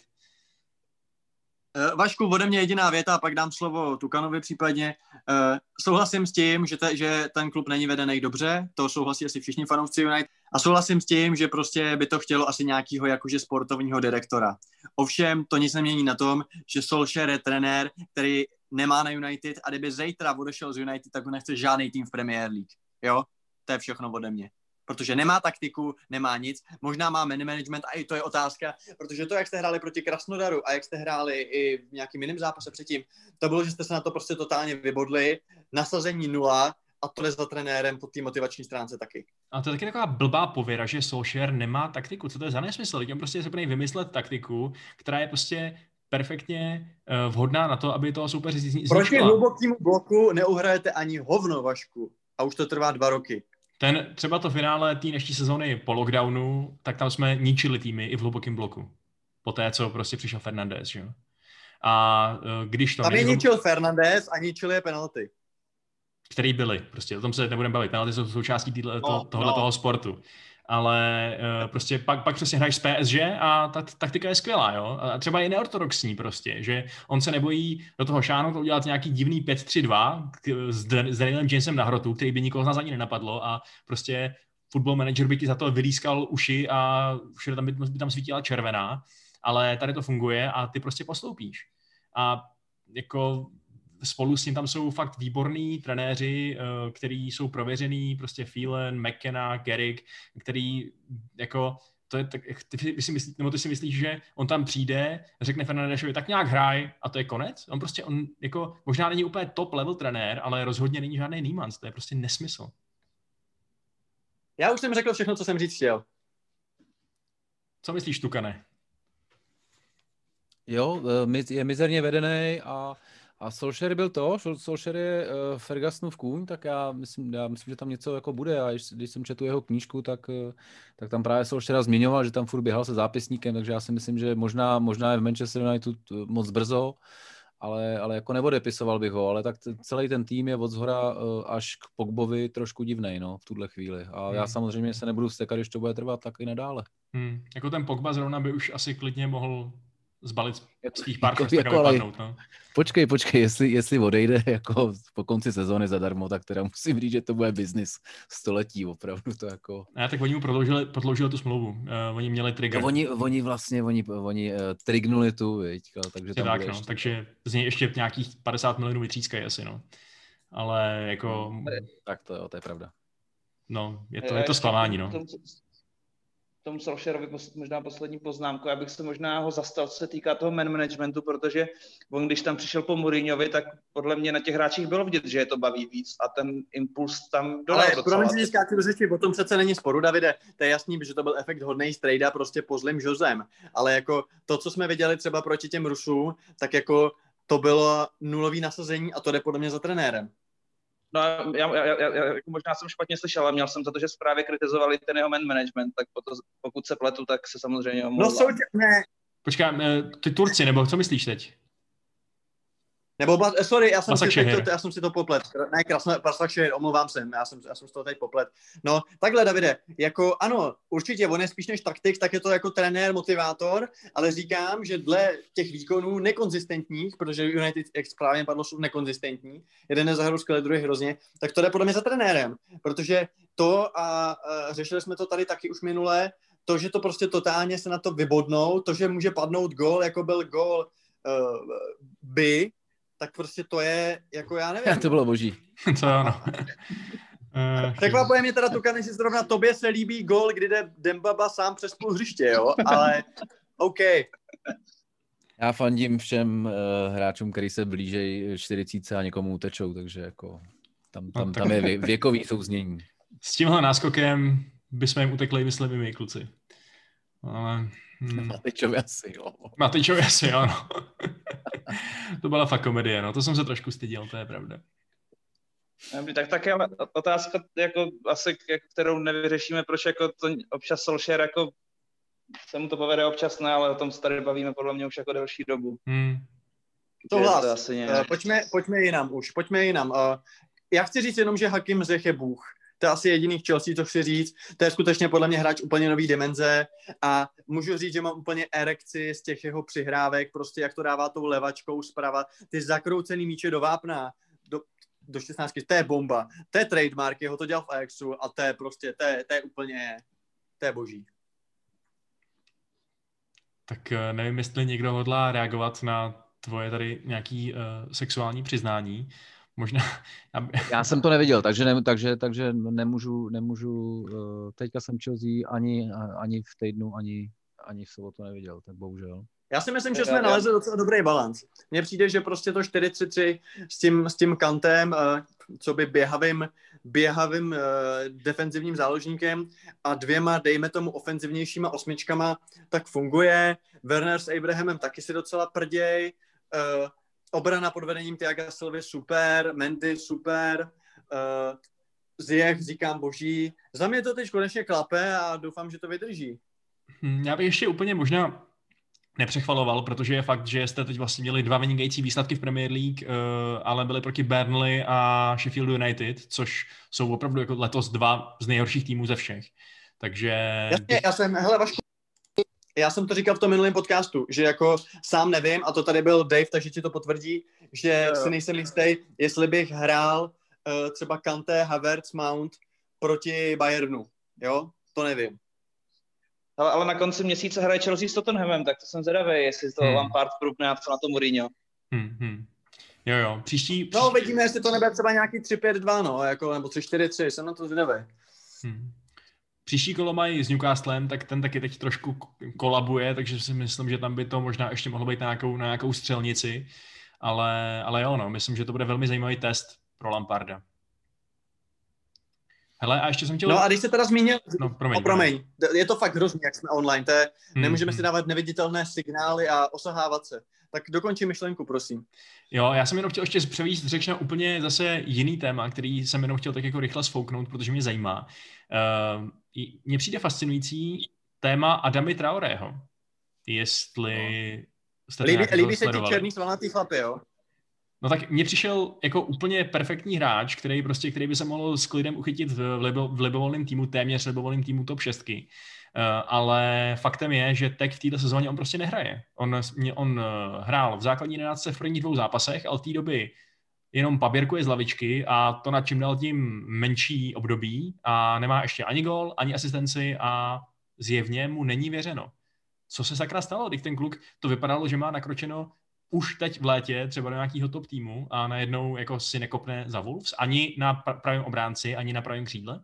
Vašku, ode mě jediná věta a pak dám slovo Tukanovi případně. Uh, souhlasím s tím, že, te, že ten klub není vedený dobře, to souhlasí asi všichni fanoušci United. A souhlasím s tím, že prostě by to chtělo asi nějakého jakože sportovního direktora. Ovšem to nic nemění na tom, že Solskjaer je trenér, který nemá na United a kdyby zítra odešel z United, tak ho nechce žádný tým v Premier League. Jo? To je všechno ode mě. Protože nemá taktiku, nemá nic, možná má man management a i to je otázka, protože to, jak jste hráli proti Krasnodaru a jak jste hráli i v nějakým jiném zápase předtím, to bylo, že jste se na to prostě totálně vybodli, nasazení nula a to je za trenérem po té motivační stránce taky. A to je taky taková blbá pověra, že Solskjaer nemá taktiku. Co to je za nesmysl? Těm prostě se vymyslet taktiku, která je prostě perfektně uh, vhodná na to, aby toho soupeře zničila. Proti hlubokému bloku neuhrajete ani hovno, Vašku. A už to trvá dva roky. Ten, třeba to finále té dnešní sezóny po lockdownu, tak tam jsme ničili týmy i v hlubokém bloku. Po té, co prostě přišel Fernandes, že jo. A uh, když to... Tam je ničil Fernandes a ničili je penalty. Který byly, prostě o tom se nebudeme bavit. Penalty jsou součástí týhle, no, to, tohohle no. toho sportu. Ale uh, prostě pak, pak přesně hraješ s P S G a ta taktika je skvělá, jo. A třeba je neortodoxní prostě, že on se nebojí do toho šáhnout a udělat nějaký divný pět tři dva s Danielem Jamesem na hrotu, který by nikoho z nás ani nenapadlo a prostě football manager by ti za to vylískal uši a všude tam by, by tam svítila červená, ale tady to funguje a ty prostě postoupíš. A jako spolu s ním tam jsou fakt výborní trenéři, který jsou prověřený, prostě Phelan, McKenna, Carrick, který jako, to je tak, ty si myslí, nebo ty si myslíš, že on tam přijde, řekne Fernandešovi, tak nějak hraj a to je konec? On prostě, on jako, možná není úplně top level trenér, ale rozhodně není žádný Niemans, to je prostě nesmysl. Já už jsem řekl všechno, co jsem říct chtěl. Co myslíš, Tukane? Jo, je mizerně vedený a A Solskjaer byl to, Solskjaer je uh, Fergusonův kůň, tak já myslím, já myslím, že tam něco jako bude a když, když jsem četl jeho knížku, tak, uh, tak tam právě Solskjaera zmiňoval, že tam furt běhal se zápisníkem, takže já si myslím, že možná, možná je v Manchester United moc brzo, ale, ale jako neodepisoval bych ho, ale tak t- celý ten tým je od zhora uh, až k Pogbovi trošku divnej, no, v tuhle chvíli. A hmm. já samozřejmě se nebudu vztekat, když to bude trvat tak i nadále. Hmm. Jako ten Pogba zrovna by už asi klidně mohl zbalit z těch pár jako, jako, vypadnout, no. Počkej, počkej, jestli, jestli odejde jako po konci sezóny zadarmo, tak teda musím říct, že to bude biznis století, opravdu to jako... A tak oni mu prodloužili, prodloužili tu smlouvu, uh, oni měli trigger. No, oni, oni vlastně, oni, oni uh, trignuli tu, viďka, takže tam tak, bude no, ještě... takže z něj ještě nějakých padesát milionů vytřískají asi, no. Ale jako... Tak to jo, to je pravda. No, je to, je to zklamání, no. Tomu Solskjaerovi možná poslední poznámku, já bych se možná ho zastal, co se týká toho man managementu, protože on, když tam přišel po Mourinhovi, tak podle mě na těch hráčích bylo vidět, že je to baví víc a ten impuls tam dodal ale docela. Ale promiň, že skáču do řeči, o tom přece není sporu, Davide, to je jasný, že to byl efekt hodnej strejda prostě po zlým Josem, ale jako to, co jsme viděli třeba proti těm Rusům, tak jako to bylo nulový nasazení a to jde podle mě za trenérem. No, já, já, já, já, možná jsem špatně slyšel, ale měl jsem za to, že zprávě kritizovali ten jeho man management, tak pokud se pletu, tak se samozřejmě omlouvám. No jsou tě, ne. Počkej, ty Turci, nebo co myslíš teď? Nebo, sorry, já jsem, si to, já jsem si to poplet. Ne, krásné, Basaksehir, omlouvám se, já jsem, já jsem si to teď poplet. No, takhle, Davide, jako ano, určitě, on je spíš než taktik, tak je to jako trenér, motivátor, ale říkám, že dle těch výkonů nekonzistentních, protože United, jak správně padlo, jsou nekonzistentní, jeden nezahrál skvěle, druhý hrozně, tak to jde podle mě za trenérem, protože to, a, a řešili jsme to tady taky už minule, to, že to prostě totálně se na to vybodnou, to, že může padnout gól, jako byl gól uh, by, tak prostě to je, jako já nevím. To bylo boží. To ano. Překvapuje mě teda, Tukan, jestli zrovna tobě se líbí gól, kdy jde Dembaba sám přes půl hřiště, jo, ale OK. Já fandím všem uh, hráčům, který se blížejí čtyřicítce a někomu utečou, takže jako tam, tam, no, tam je vě, věkový souznění. S tímhle náskokem bychom jim utekli, myslím, i my, kluci. Ale... Hmm. Matyčovi asi, jo. Matyčovi asi, jo, no. To byla fakt komedie, no. To jsem se trošku styděl, to je pravda. Tak také otázka, jako asi, kterou nevyřešíme, proč jako to občas Solskjaer jako se mu to povede občas, ne, ale o tom se tady bavíme podle mě už jako delší dobu. Hmm. Tohle, to asi uh, pojďme, pojďme jinam už, pojďme jinam. Uh, já chci říct jenom, že Hakim Ziyech je bůh. To je asi jediný v Chelsea, co chci říct. To je skutečně podle mě hráč úplně nový dimenze a můžu říct, že mám úplně erekci z těch jeho přihrávek, prostě jak to dává tou levačkou zprava, ty zakroucený míče do vápna, do, do šestnáctky, to je bomba. To je trademark, jeho to dělal v Ajaxu a to je prostě, to je, to je úplně, to je boží. Tak nevím, jestli někdo hodlá reagovat na tvoje tady nějaký uh, sexuální přiznání. Možná... Já jsem to neviděl, takže, ne, takže, takže nemůžu, nemůžu, teďka jsem Chelsea ani, ani v týdnu, ani, ani v sobotu neviděl, tak bohužel. Já si myslím, že jsme nalezli docela dobrý balans. Mně přijde, že prostě to čtyři tři tři s tím, s tím Kantem, co by běhavým, běhavým defenzivním záložníkem a dvěma, dejme tomu, ofenzivnějšíma osmičkama, tak funguje. Werner s Abrahamem taky si docela prděj. Obrana pod vedením Thiaga Silvy super, Mendy super, uh, Ziyech říkám boží. Za mě to teď konečně klape a doufám, že to vydrží. Já bych ještě úplně možná nepřechvaloval, protože je fakt, že jste teď vlastně měli dva vynikající výsledky v Premier League, uh, ale byly proti Burnley a Sheffield United, což jsou opravdu jako letos dva z nejhorších týmů ze všech. Takže... Jasně, já jsem, hele Vašku, já jsem to říkal v tom minulém podcastu, že jako sám nevím, a to tady byl Dave, takže ti to potvrdí, že jo. Si nejsem jistý, jestli bych hrál uh, třeba Kanté, Havertz, Mount proti Bayernu, jo? To nevím. Ale, ale na konci měsíce hraje Chelsea s Tottenhamem, tak to jsem zvědavý, jestli to hmm. Lampard průpne a co na to Mourinho. Hmm, hmm. Jo, jo, příští... příští... No, vidíme, jestli to nebude třeba nějaký tři pět dva, no, jako, nebo tři čtyři tři, jsem na to zvědavý. Hmm. Příští kolo mají s Newcastlem, tak ten taky teď trošku kolabuje, takže si myslím, že tam by to možná ještě mohlo být na nějakou, na nějakou střelnici, ale, ale jo, no, myslím, že to bude velmi zajímavý test pro Lamparda. Hele, a ještě jsem chtěl... No a když se teda zmínil... No, promiň, oh, promiň. Je to fakt hrozný, jak jsme online, to je, hmm, nemůžeme hmm. si dávat neviditelné signály a osahávat se. Tak dokončí myšlenku, prosím. Jo, já jsem jenom chtěl ještě převíst řeč na úplně zase jiný téma, který jsem jenom chtěl tak jako rychle sfouknout, protože mě zajímá. Uh, mně přijde fascinující téma Adama Traorého. Jestli no. jste to Líbí, líbí se ti černý svalnatý chlapy, jo? No tak mně přišel jako úplně perfektní hráč, který prostě, který by se mohl s klidem uchytit v, libo, v libovolném týmu, téměř libovolném týmu top šest. Uh, ale faktem je, že teď v této sezóně on prostě nehraje. On, on uh, hrál v základní jedenáctce v prvních dvou zápasech, ale v té doby jenom paběrkuje z lavičky a to na čím dál tím menší období a nemá ještě ani gól, ani asistenci a zjevně mu není věřeno. Co se sakra stalo? Když ten kluk to vypadalo, že má nakročeno už teď v létě třeba do nějakého top týmu a najednou jako si nekopne za Wolves, ani na pravém obránci, ani na pravém křídle?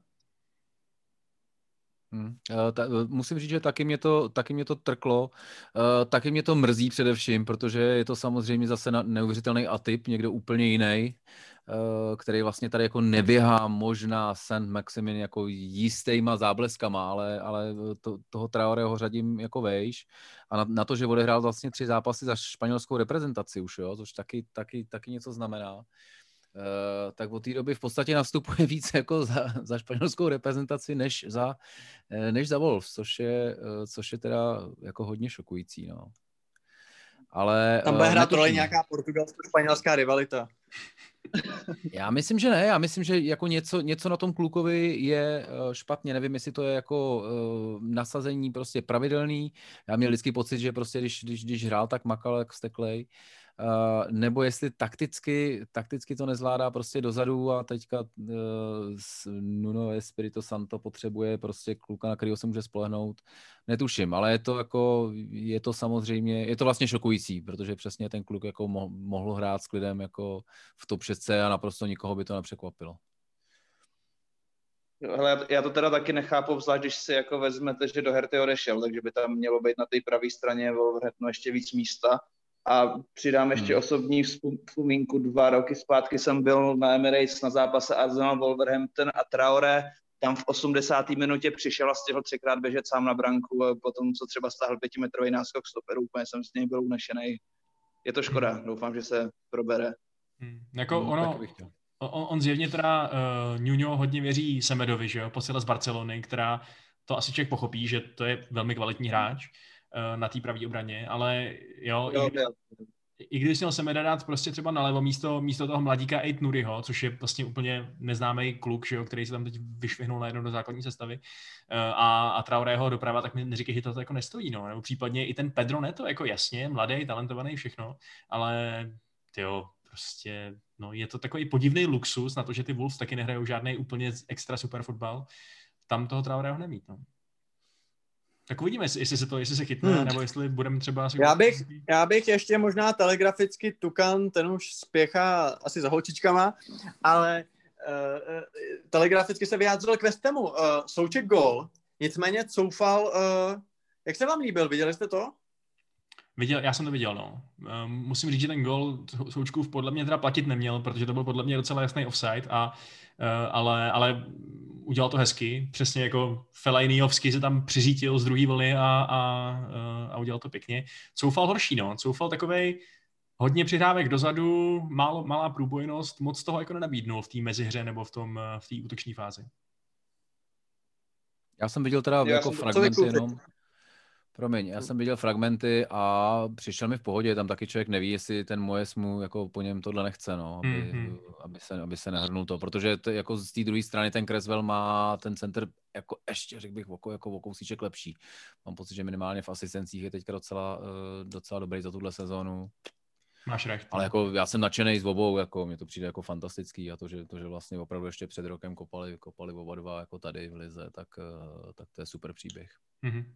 Hmm. Ta, musím říct, že taky mě to, taky mě to trklo, uh, taky mě to mrzí především, protože je to samozřejmě zase neuvěřitelný atyp, někdo úplně jiný, uh, který vlastně tady jako neběhá možná Saint Maximin jako jistýma zábleskama, ale, ale to, toho Traoreho řadím jako vejš a na, na to, že odehrál vlastně tři zápasy za španělskou reprezentaci už, jo, což taky, taky, taky něco znamená. tak od té doby v podstatě nastupuje víc jako za, za španělskou reprezentaci, než za, než za Wolves, což je, což je teda jako hodně šokující, no. Ale tam bude hrát roli nějaká portugalsko-španělská rivalita. Já myslím, že ne. Já myslím, že jako něco, něco na tom klukovi je špatně. Nevím, jestli to je jako uh, nasazení prostě pravidelný. Já měl vždycky pocit, že prostě když, když, když hrál, tak makal jak steklej. Uh, nebo jestli takticky, takticky to nezvládá prostě dozadu a teďka uh, Nuno Espirito Santo potřebuje prostě kluka, na kterého se může spolehnout. Netuším, ale je to jako, je to samozřejmě, je to vlastně šokující, protože přesně ten kluk jako mo- mohl hrát s klidem jako v top šest a naprosto nikoho by to nepřekvapilo. Hele, já to teda taky nechápu, zvlášť když si jako vezmete, že do Herty odešel, takže by tam mělo být na té pravé straně Wolverhamptonu ještě víc místa. A přidám ještě hmm. osobní vzpomínku. Dva roky zpátky jsem byl na Emirates na zápase Arsenal Wolverhampton a Traoré tam v osmdesáté minutě přišel a stihl třikrát běžet sám na branku a potom, co třeba stáhl pětimetrový náskok stoperu, úplně jsem z něj byl unešený. Je to škoda, hmm. doufám, že se probere. Hmm. Jako hmm, ono, on, on zjevně teda uh, Nuno hodně věří Semedovi, že jo, posila z Barcelony, která to asi člověk pochopí, že to je velmi kvalitní hráč na té pravý obraně, ale jo, jo, i, jo. i když měl Semeda dát prostě třeba nalevo místo, místo toho mladíka Ait Nuriho, což je vlastně úplně neznámý kluk, že jo, který se tam teď vyšvihnul najednou do základní sestavy a, a Traorého doprava, tak mi neříkej, že to jako nestojí, no, nebo případně i ten Pedro Neto, jako jasně, mladý, talentovaný, všechno, ale tyjo, prostě, no, je to takový podivný luxus na to, že ty Wolves taky nehrajou žádný úplně extra super fotbal, tam toho Traorého nemít, no. Tak uvidíme, jestli se to, jestli se chytne, hmm. nebo jestli budeme třeba... Já bych, já bych ještě možná telegraficky Tukan, ten už spěchá asi za holčičkama, ale uh, telegraficky se vyjádřil k West Hamu. Uh, Souček gól, nicméně coufal, uh, jak se vám líbil, viděli jste to? Viděl, já jsem to viděl, no. Um, musím říct, že ten gól Součkův podle mě teda platit neměl, protože to byl podle mě docela jasný offside, a, uh, ale, ale udělal to hezky, přesně jako Fellainiovsky se tam přiřítil z druhé vlny a, a, a udělal to pěkně. Coufal horší, no. Coufal takovej hodně přihrávek dozadu, málo, malá průbojnost, moc toho jako nenabídnul v té mezihře nebo v tom v té útoční fázi. Já jsem viděl teda já jako fragmenty jenom. Promiň, já jsem viděl fragmenty a přišel mi v pohodě, tam taky člověk neví, jestli ten Moyes mu jako po něm tohle nechce, no, aby, mm-hmm. aby, se, aby se nehrnul to, protože to, jako z té druhé strany ten Cresswell má ten center jako ještě, řekl bych, oko, jako o kousíček lepší. Mám pocit, že minimálně v asistencích je teďka docela, docela dobrý za tuhle sezónu. Máš recht. Ale jako já jsem nadšenej z obou, jako mně to přijde jako fantastický a to, že, to, že vlastně opravdu ještě před rokem kopali, kopali oba dva jako tady v lize, tak, tak to je super příběh. Mm-hmm.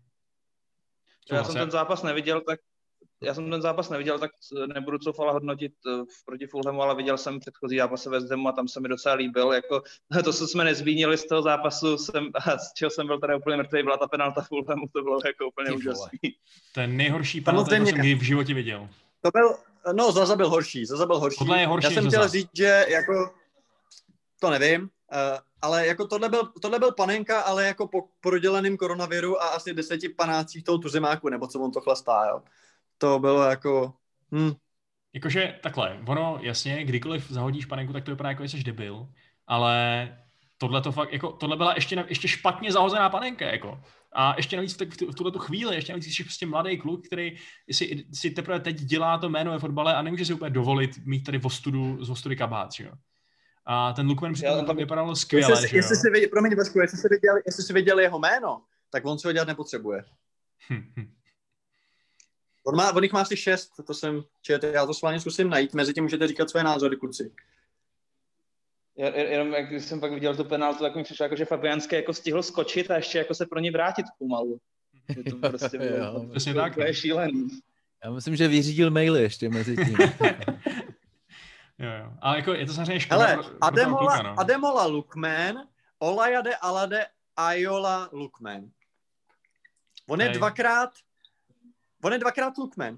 Já jsem ten zápas neviděl, tak já jsem ten zápas neviděl, tak nebudu Coufala hodnotit proti Fulhamu, ale viděl jsem předchozí zápase West Hamu a tam se mi docela líbil. Jako to, co jsme nezmínili z toho zápasu, jsem, z čeho jsem byl tady úplně mrtvý, byla ta penalta Fulhamu, to bylo jako úplně úžasný. Ten nejhorší penalta, co jsem v životě viděl. To byl, no Zaza byl horší, Zaza byl horší. Tohle je horší. Já jsem chtěl říct, že jako, to nevím, uh, ale jako tohle byl, tohle byl panenka, ale jako po proděleným koronaviru a asi deseti panácích toho tuzimáku, nebo co on to chlastá, jo. To bylo jako... Hm. Jakože takhle, ono jasně, kdykoliv zahodíš panenku, tak to vypadá jako, že jsi debil, ale tohle to fakt, jako, tohle byla ještě, ještě špatně zahozená panenka, jako. A ještě navíc v, v tuhle tu chvíli, ještě navíc jsi prostě mladý kluk, který si, si teprve teď dělá to jméno ve fotbale a nemůže si úplně dovolit mít tady v ostudu, z ostudy kabát, že jo. A ten Lookman přitom tam vypadal skvěle, jestli, že jo. Jestli si viděl, promiň, Vašku, jestli si viděl, jestli si viděl jeho jméno, tak on si ho dělat nepotřebuje. Hm, hm. On, má, on jich má asi šest, to jsem čet, já to s vámi zkusím najít, mezi tím můžete říkat své názory, kluci. Jenom jak jsem pak viděl tu penaltu, tak mi přišlo, jako, že Fabianský jako stihl skočit a ještě jako se pro ní vrátit pomalu. Že to prostě bylo, jo, přesně tak. To je šílený. Já myslím, že vyřídil maily ještě mezi tím. Jo, jo. Ale jako je to samozřejmě škoda. Hele, pro, pro Ademola, kluka, no. Ademola Lookman, Olajade Alade Ayola Lookman. On je Hej. dvakrát, on je dvakrát Lookman.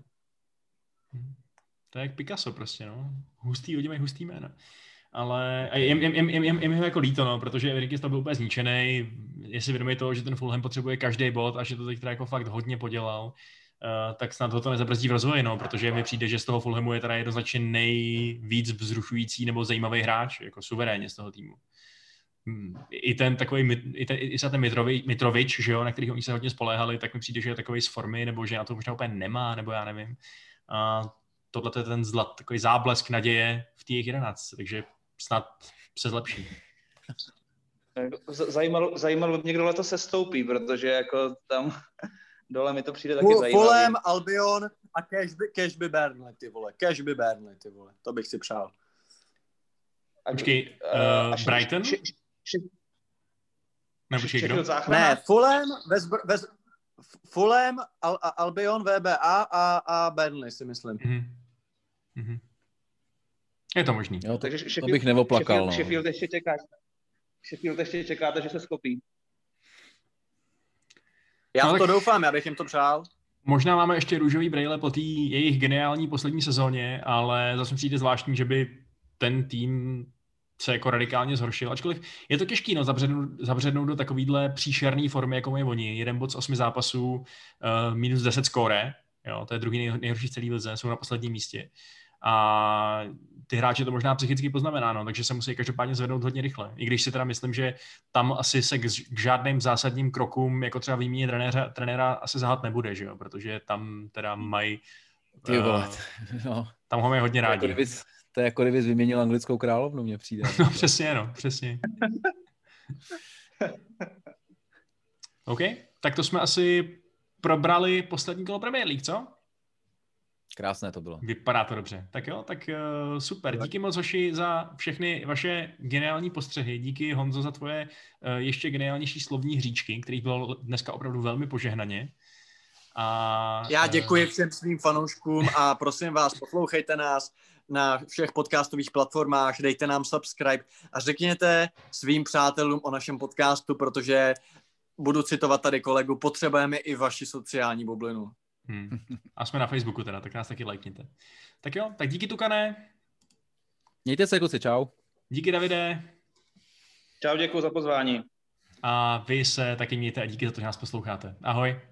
To je jak Picasso prostě, no. Hustý, lidi mají hustý jména. Ale je, je, je, je, je, je mi jako líto, no, protože Enrique to byl úplně zničený. Je si vědomý toho, že ten Fulham potřebuje každý bod a že to teď teda jako fakt hodně podělal. Uh, tak snad ho to nezabrzdí v rozvoji, no, protože mi přijde, že z toho Fulhamu je teda jednoznačně nejvíc vzrušující nebo zajímavý hráč, jako suverénně z toho týmu. Hmm. I ten takový, i, ten, i ten Mitrovič, Mitrovič, že jo, na kterých oni se hodně spoléhali, tak mi přijde, že je takový z formy, nebo že na to možná úplně nemá, nebo já nevím. A tohle je ten zlat, takový záblesk naděje v těch jedenáct, takže snad se zlepší. Zajímalo, zajímalo by mě, kdo letos se stoupí, protože jako tam dole mi to přijde taky zajímavé. Fulham, Albion a Cashby, Cashby Burnley, ty vole. Cashby Burnley, ty vole. To bych si přál. Počkej, uh, uh, Brighton? Š, š, š, Nebo počkej, kdo? Ne, Fulham, West, West, Fulham Al, Albion, V B A a, a Burnley, si myslím. Mm-hmm. Mm-hmm. Je to možný. Jo, to, takže Sheffield, to bych neoplakal. Sheffield, no. Sheffield ještě čeká. Sheffield ještě čekáte, že se skopí. Já no, to doufám, já bych jim to přál. Možná máme ještě růžový brejle po té jejich geniální poslední sezóně, ale zase přijde zvláštní, že by ten tým se jako radikálně zhoršil. Ačkoliv je to těžký, no, zabřednout, zabřednout do takovýhle příšerný formy, jako mají oni. Jeden bod z osmi zápasů, uh, minus deset skóre, jo, to je druhý nej, nejhorší z celý lize, jsou na posledním místě. A ty hráči to možná psychicky poznamená, no, takže se musí každopádně zvednout hodně rychle. I když si teda myslím, že tam asi se k, k žádným zásadním krokům, jako třeba výměně trenéra, trenéra asi zahat nebude, že jo, protože tam teda mají... Ty vole, uh, no. Tam ho mají hodně rádi. Jako kdyby, to je jako kdyby vyměnil anglickou královnu, mně přijde. No přesně, no, přesně. OK, tak to jsme asi probrali poslední kolo Premier League, co? Krásné to bylo. Vypadá to dobře. Tak jo, tak uh, super. Díky moc, Hoši, za všechny vaše geniální postřehy. Díky, Honzo, za tvoje uh, ještě geniálnější slovní hříčky, kterých bylo dneska opravdu velmi požehnaně. A, Já děkuji všem svým fanouškům a prosím vás, poslouchejte nás na všech podcastových platformách, dejte nám subscribe a řekněte svým přátelům o našem podcastu, protože budu citovat tady kolegu, potřebujeme i vaši sociální bublinu. Hmm. A jsme na Facebooku teda, tak nás taky lajkněte. Tak jo, tak díky, Tukane. Mějte se, kluci, čau. Díky, Davide. Čau, děkuji za pozvání. A vy se taky mějte a díky za to, že nás posloucháte. Ahoj.